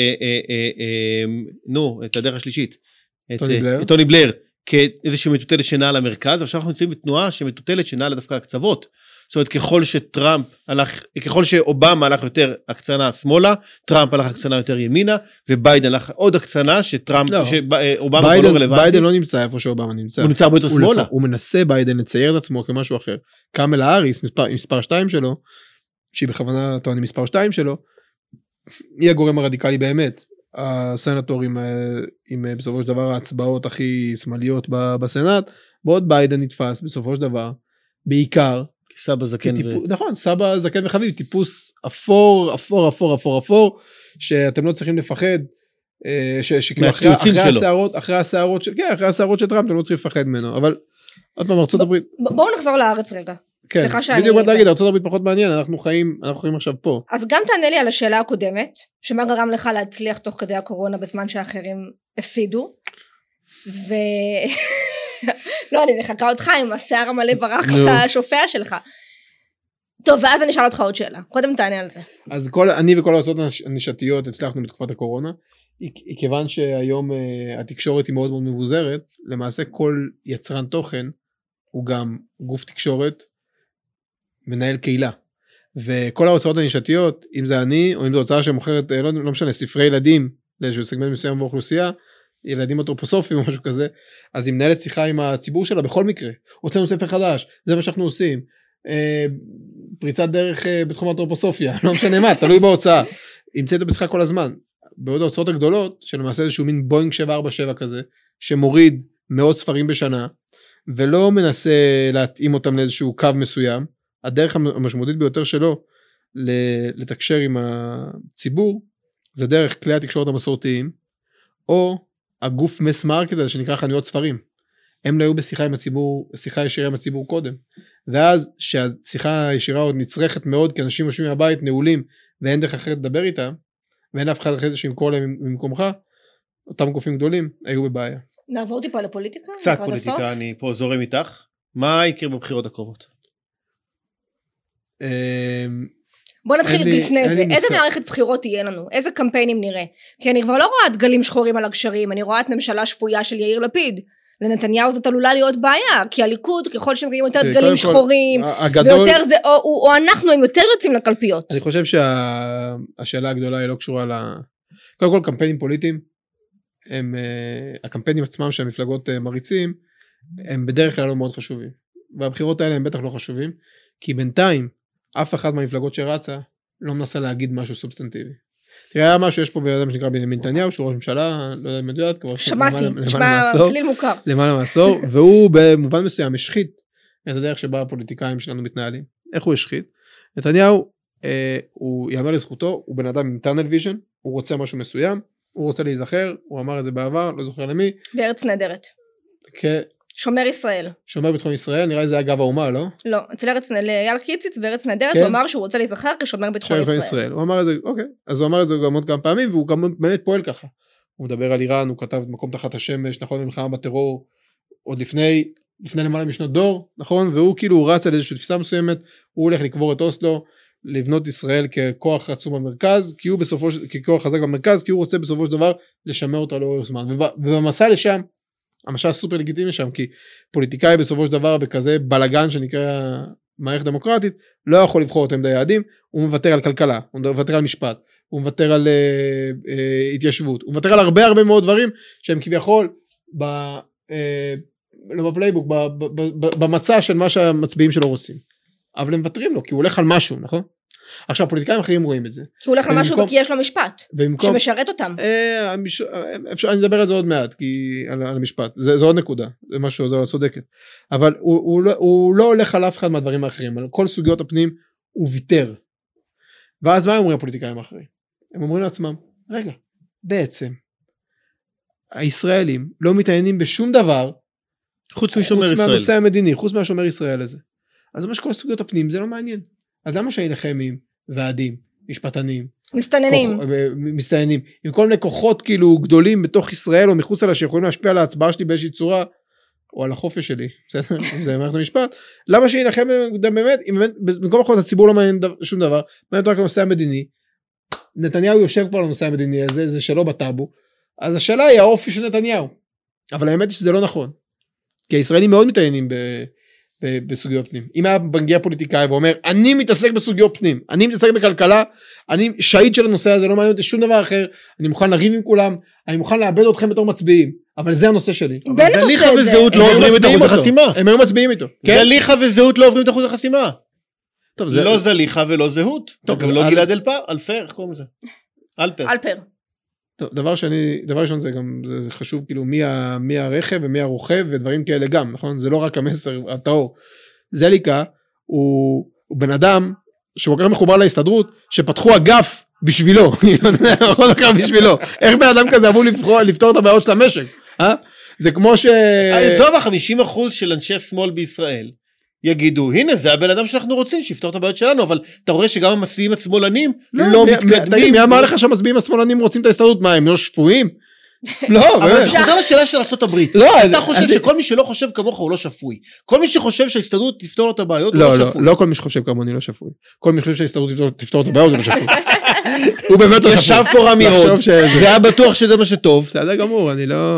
את הדרך השלישית, את טוני בלר, כאיזושהי מטוטלת שנעה למרכז, עכשיו אנחנו נמצאים בתנועה שמטוטלת שנעה לדווקא לקצוות, זאת אומרת ככל שאובמה הלך יותר הקצנה שמאלה, טראמפ הלך הקצנה יותר ימינה, וביידן הלך עוד הקצנה שאובמה לא רלוונטי. ביידן לא נמצא איפה שאובמה נמצא. הוא נמצא הרבה יותר שמאלה. הוא מנסה ביידן לצייר את עצמו כמשהו אחר. קאמלה האריס, מספר 2 שלו, שהיא בכוונה טוענים מספר 2 שלו, היא הגורם הרדיקלי באמת. הסנטורים עם בסופו של דבר ההצבעות הכי שמאליות בסנאט, בעוד ביידן נתפס בסופו של דבר, בעיקר, סבא זקן נכון, סבא זקן וחביב, טיפוס אפור, אפור, אפור, אפור, אפור, שאתם לא צריכים לפחד, אחרי הסערות של טראמפ, אתם לא צריכים לפחד ממנו, אבל עוד פעם, ארצות הברית. בואו נחזור לארץ רגע. כן, בדיוק מה להגיד, ארצות הברית פחות מעניין, אנחנו חיים עכשיו פה. אז גם תענה לי על השאלה הקודמת, שמה גרם לך להצליח תוך כדי הקורונה, בזמן שאחרים הפסידו, לא, אני מחכה אותך עם השיער המלא ברק לשופע שלך. טוב, ואז אני אשאל אותך עוד שאלה. קודם תענה על זה. אז אני וכל ההוצאות הנישתיות הצלחנו בתקופת הקורונה, כיוון שהיום התקשורת היא מאוד מאוד מבוזרת, למעשה כל יצרן תוכן הוא גם גוף תקשורת, מנהל קהילה. וכל ההוצאות הנישתיות, אם זה אני, או אם זו הוצאה שמוכרת, לא משנה, ספרי ילדים, לאיזשהו סגמנט מסוים באוכלוסייה, ילדים אנתרופוסופיים או משהו כזה, אז היא מנהלת שיחה עם הציבור שלה בכל מקרה, הוצאנו ספר חדש, זה מה שאנחנו עושים, פריצת דרך בתחום האנתרופוסופיה, לא משנה מה, תלוי בהוצאה, היא מצאת בשיחה כל הזמן, בעוד ההוצאות הגדולות, שלמעשה איזשהו מין בוינג 747 כזה, שמוריד מאות ספרים בשנה, ולא מנסה להתאים אותם לאיזשהו קו מסוים, הדרך המשמעותית ביותר שלו, לתקשר עם הציבור, זה דרך כלי התקשורת המסורתיים, או הגוף מס מרקט הזה שנקרא חנויות ספרים. הם לא היו בשיחה עם הציבור, שיחה ישירה עם הציבור קודם. ואז שהשיחה הישירה עוד נצרכת מאוד, כי אנשים יושבים מהבית נעולים, ואין דרך אחרת לדבר איתם, ואין אף אחד אחרת שימכור להם ממקומך, אותם גופים גדולים היו בבעיה. נעבור טיפה לפוליטיקה? קצת פוליטיקה, אני פה זורם איתך. מה יקרה בבחירות הקרובות? בוא נתחיל לפני זה, איזה מערכת בחירות תהיה לנו? איזה קמפיינים נראה? כי אני כבר לא רואה דגלים שחורים על הגשרים, אני רואה את ממשלה שפויה של יאיר לפיד. לנתניהו זאת עלולה להיות בעיה, כי הליכוד ככל שהם רואים יותר דגלים שחורים, ויותר זה, או אנחנו הם יותר יוצאים לקלפיות. אני חושב שהשאלה הגדולה היא לא קשורה קודם כל קמפיינים פוליטיים, הקמפיינים עצמם שהמפלגות מריצים, הם בדרך כלל לא מאוד חשובים. והבחירות האלה הם בטח לא חשובים, כי בינתיים אף אחד מהמפלגות שרצה לא מנסה להגיד משהו סובסטנטיבי. תראה, היה משהו, יש פה בן אדם שנקרא בנימין נתניהו, שהוא ראש ממשלה, לא יודע אם יודעת, כבר שמעתי, נשמע צליל מוכר. למעלה מעשור, והוא במובן מסוים השחית את הדרך שבה הפוליטיקאים שלנו מתנהלים. איך הוא השחית? נתניהו, הוא יאמר לזכותו, הוא בן אדם עם טאנל ויז'ן, הוא רוצה משהו מסוים, הוא רוצה להיזכר, הוא אמר את זה בעבר, לא זוכר למי. בארץ נהדרת. שומר ישראל. שומר ביטחון ישראל, נראה לי זה היה גב האומה, לא? לא, אצל אייל קיציץ בארץ נהדרת, הוא אמר שהוא רוצה להיזכר כשומר ביטחון ישראל. הוא אמר את זה, אוקיי, אז הוא אמר את זה גם עוד כמה פעמים, והוא גם באמת פועל ככה. הוא מדבר על איראן, הוא כתב את מקום תחת השמש, נכון, במלחמה בטרור, עוד לפני למעלה משנות דור, נכון, והוא כאילו רץ על איזושהי תפיסה מסוימת, הוא הולך לקבור את אוסלו, לבנות ישראל ככוח עצום במרכז, ככוח חזק במרכז, כי הוא רוצה בסופו של דבר לשמר אותה לאורך זמן. ובמסע לשם, המשל סופר לגיטימי שם, כי פוליטיקאי בסופו של דבר בכזה בלגן שנקרא מערכת דמוקרטית, לא יכול לבחור את עמדי היעדים, הוא מוותר על כלכלה, הוא מוותר על משפט, הוא מוותר על התיישבות, הוא מוותר על הרבה מאוד דברים, שהם כביכול לא בפלייבוק, במצע של מה שהמצביעים שלו רוצים. אבל הם מוותרים לו, כי הוא הולך על משהו, נכון? עכשיו, פוליטיקאים אחרים רואים את זה. כי הוא הולך על משהו כי יש לו משפט, שמשרת אותם. אני אדבר על זה עוד מעט, על המשפט, זו עוד נקודה, זה משהו, זו צודקת. אבל הוא לא הולך על אף אחד מהדברים האחרים, על כל סוגיות הפנים הוא ויתר. ואז מה אומרים הפוליטיקאים האחרים? הם אומרים לעצמם, רגע, בעצם, הישראלים לא מתעניינים בשום דבר, חוץ מהנושא המדיני, חוץ מהשומר ישראל הזה. אז מה שכל סוגיות הפנים זה לא מעניין. אז למה שאני אלחם עם ועדים, משפטנים, מסתננים, עם כל מיני כוחות כאילו גדולים בתוך ישראל או מחוץ לה שיכולים להשפיע על ההצבעה שלי באיזושהי צורה, או על החופש שלי, בסדר? אם זה מערכת המשפט, למה שאני אלחם באמת, במקום אחרות הציבור לא מעניין שום דבר, מעניין רק לנושא המדיני, נתניהו יושב כבר לנושא המדיני הזה, זה שלא בטאבו, אז השאלה היא האופי של נתניהו, אבל האמת היא שזה לא נכון, כי הישראלים מאוד מתעניינים בסוגיות פנים. אם היה מגיע פוליטיקאי ואומר, אני מתעסק בסוגיות פנים, אני מתעסק בכלכלה, אני שהיד של הנושא הזה, לא מעניין אותי שום דבר אחר, אני מוכן לריב עם כולם, אני מוכן לאבד אתכם בתור מצביעים, אבל זה הנושא שלי. זליכה וזהות לא עוברים את אחוז החסימה. הם היו מצביעים איתו. זליכה וזהות לא עוברים את אחוז החסימה. לא זליכה ולא זהות. גם לא גלעד אלפר, איך קוראים לזה? אלפר. דבר ראשון זה גם זה חשוב כאילו מי הרכב ומי הרוכב ודברים כאלה גם, נכון? זה לא רק המסר הטהור. זליקה הוא בן אדם שהוא כל כך מחובר להסתדרות שפתחו אגף בשבילו, איך בן אדם כזה אמור לפתור את הבעיות של המשק? זה כמו עזוב 50% של אנשי שמאל בישראל יגידו, הנה זה הבן אדם שאנחנו רוצים שיפתור את הבעיות שלנו, אבל אתה רואה שגם המצביעים השמאלנים לא מתקדמים. מי אמר לך שהמצביעים השמאלנים רוצים את ההסתדרות? מה, הם לא שפויים? לא, אבל זה חוזר לשאלה של ארצות הברית. אתה חושב שכל מי שלא חושב כמוך הוא לא שפוי. כל מי שחושב שההסתדרות תפתור לו את הבעיות הוא לא שפוי. לא כל מי שחושב כמוני לא שפוי. כל מי שחושב שההסתדרות תפתור את הבעיות הוא לא שפוי. הוא באמת לא שפוי. ישב פה רמי הוד, זה היה בטוח שזה מה שטוב. זה גמור,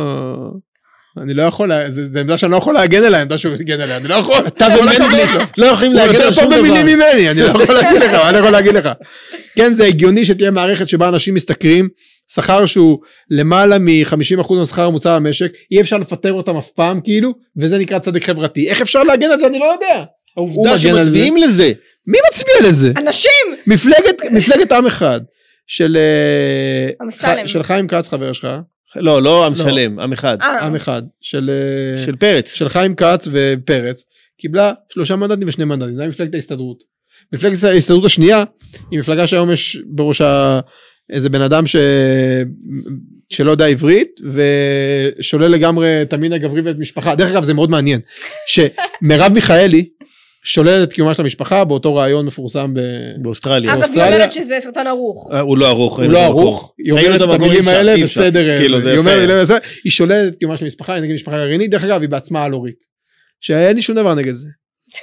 אני לא יכול, זה עמדה שאני לא יכול להגן עליה, עמדה שהוא יגן עליה, אני לא יכול. אתה ומנדלבליט לא יכולים להגן על שום דבר. הוא יותר טוב במילים ממני, אני לא יכול להגיד לך. כן, זה הגיוני שתהיה מערכת שבה אנשים משתכרים שכר שהוא למעלה מ-50% מהשכר הממוצע במשק, אי אפשר לפטר אותם אף פעם כאילו, וזה נקרא צדק חברתי. איך אפשר להגן על זה? אני לא יודע. העובדה שמצביעים לזה. מי מצביע לזה? אנשים! מפלגת עם אחד, של חיים כץ חבר שלך. לא עם שלם, עם אחד. עם אחד, של פרץ. של חיים כץ ופרץ, קיבלה 3 מנדטים ו2 מנדטים, זה מפלגת ההסתדרות. מפלגת ההסתדרות השנייה, היא מפלגה שהיום יש בראשה איזה בן אדם שלא יודע עברית, ושולל לגמרי את המין הגברי ואת משפחה. דרך אגב, זה מאוד מעניין, שמרב מיכאלי, שוללת את קיומה של המשפחה, באותו רעיון מפורסם באוסטרליה. אגב, היא אומרת שזה סרטון ערוך. הוא לא ערוך. הוא לא ערוך, היא אומרת את המילים האלה בסדר, היא שוללת את קיומה של המשפחה, היא נגד משפחה גרעינית, דרך אגב, היא בעצמה אלורית. שאין לי שום דבר נגד זה.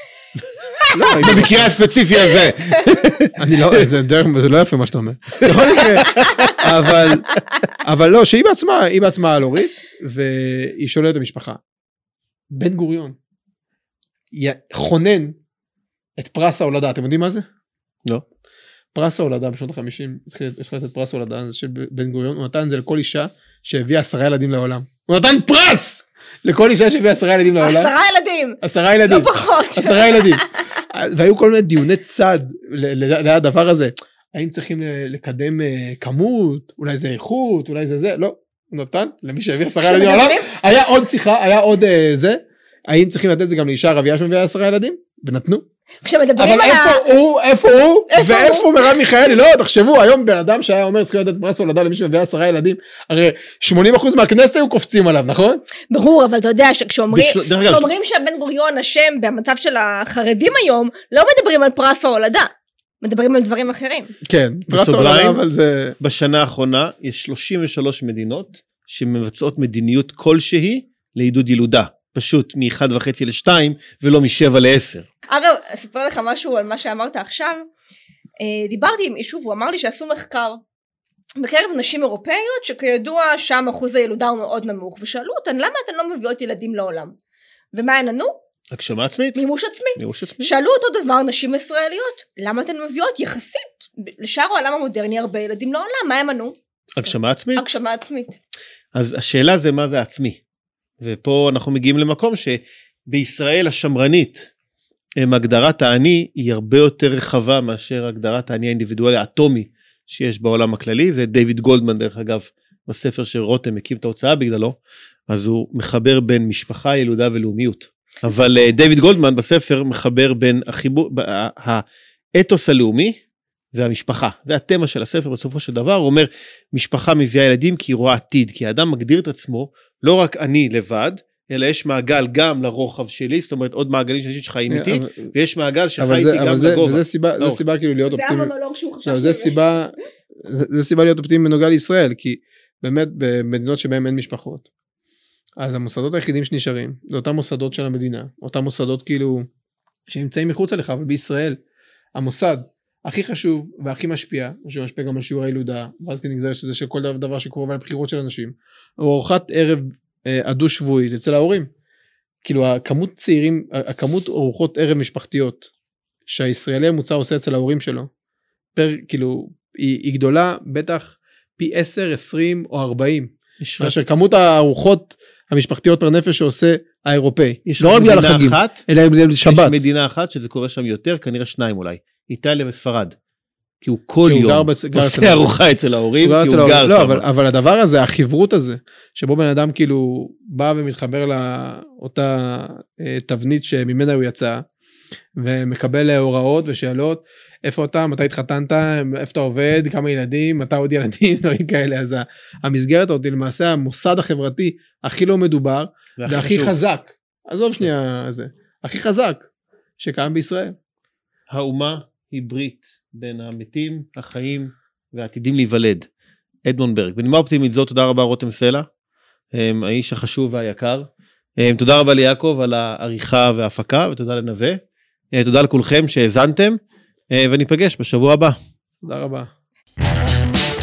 במקרה הספציפי הזה. אני לא, זה לא יפה מה שאתה אומר. אבל לא, שהיא בעצמה אלורית, והיא שוללת את המשפחה. בן גוריון חונן את פרס ההולדה, אתם יודעים מה זה? לא. פרס ההולדה בשנות ה-50, התחיל לתת פרס ההולדה של בן גוריון, הוא נתן את זה לכל אישה שהביאה 10 ילדים לעולם. הוא נתן פרס לכל אישה שהביאה 10 ילדים לעולם. 10 ילדים. 10 ילדים. לא פחות. 10 ילדים. והיו כל מיני דיוני צד לדבר הזה. האם צריכים לקדם כמות, אולי זה איכות, אולי זה, לא. הוא נתן למי שהביא 10 ילדים לעולם. היה עוד שיחה, היה עוד זה. האם צריכים לתת זה גם לאישה ערבייה שמביאה 10 ילדים? ונתנו. כשמדברים על איפה הוא ואיפה מרב מיכאלי? לא, תחשבו, היום בן אדם שהיה אומר צריכים לתת פרס הולדה למי שמביאה 10 ילדים, הרי 80% מהכנסת היו קופצים עליו, נכון? ברור, אבל אתה יודע כשאומרים שבן גוריון אשם במצב של החרדים היום, לא מדברים על פרס ההולדה, מדברים על דברים אחרים. כן, פרס ההולדה, אבל זה... בשנה האחרונה יש 33 מדינות שמבצעות מדיניות כלשהי לעידוד ילודה. פשוט מ1.5 ל2 ולא מ7 ל10. אגב, אספר לך משהו על מה שאמרת עכשיו. דיברתי עם מישהו והוא אמר לי שעשו מחקר בקרב נשים אירופאיות שכידוע שם אחוז הילודה הוא מאוד נמוך, ושאלו אותן למה אתן לא מביאות ילדים לעולם? ומה הן ענו? הגשמה עצמית. מימוש עצמי. שאלו אותו דבר נשים ישראליות, למה אתן מביאות יחסית לשאר העולם המודרני הרבה ילדים לעולם? מה הם ענו? הגשמה עצמית. הגשמה עצמית. אז השאלה זה מה זה עצמי. ופה אנחנו מגיעים למקום שבישראל השמרנית, הגדרת העני היא הרבה יותר רחבה מאשר הגדרת העני האינדיבידואלי האטומי שיש בעולם הכללי. זה דיוויד גולדמן דרך אגב, בספר שרותם הקים את ההוצאה בגללו, אז הוא מחבר בין משפחה, ילודה ולאומיות. אבל דיוויד גולדמן בספר מחבר בין האתוס הלאומי והמשפחה. זה התמה של הספר בסופו של דבר, הוא אומר, משפחה מביאה ילדים כי היא רואה עתיד, כי האדם מגדיר את עצמו, לא רק אני לבד, אלא יש מעגל גם לרוחב שלי, זאת אומרת עוד מעגלים שאנשים שחיים איתי, ויש מעגל שחי איתי גם לגובה. וזה סיבה כאילו להיות אופטימי. זה המונולוג שהוא חשב. זה סיבה להיות אופטימי בנוגע לישראל, כי באמת במדינות שבהן אין משפחות, אז המוסדות היחידים שנשארים, זה אותם מוסדות של המדינה, אותם מוסדות כאילו, שנמצאים מחוץ אליך, אבל בישראל, המוסד הכי חשוב והכי משפיע, שמשפיע גם על שיעור הילודה, ואז כנגזרת שזה של כל דבר שקורה על הבחירות של אנשים, הוא ארוחת ערב הדו שבועית אצל ההורים. כאילו הכמות צעירים, הכמות ארוחות ערב משפחתיות, שהישראלי המוצא עושה אצל ההורים שלו, כאילו, היא גדולה בטח פי 10, 20 או 40, מאשר כמות הארוחות המשפחתיות פר נפש שעושה האירופאי. לא רק בגלל החגים, אלא בגלל שבת. יש מדינה אחת שזה קורה שם יותר, כנראה 2 אולי. איטליה וספרד. כי הוא כל יום עושה ארוחה אצל ההורים, כי הוא גר שם. אבל הדבר הזה, החברות הזה, שבו בן אדם כאילו בא ומתחבר לאותה תבנית שממנה הוא יצא, ומקבל הוראות ושאלות, איפה אתה, מתי התחתנת, איפה אתה עובד, כמה ילדים, מתי עוד ילדים, דברים כאלה. אז המסגרת אותי למעשה המוסד החברתי הכי לא מדובר, והכי חזק. עזוב שנייה זה, הכי חזק שקיים בישראל. האומה היא ברית בין המתים, החיים והעתידים להיוולד. אדמונד ברג. בנימה אופטימית זאת, תודה רבה רותם סלע, האיש החשוב והיקר. תודה רבה ליעקב על העריכה וההפקה, ותודה לנווה. תודה לכולכם שהאזנתם, וניפגש בשבוע הבא. תודה רבה.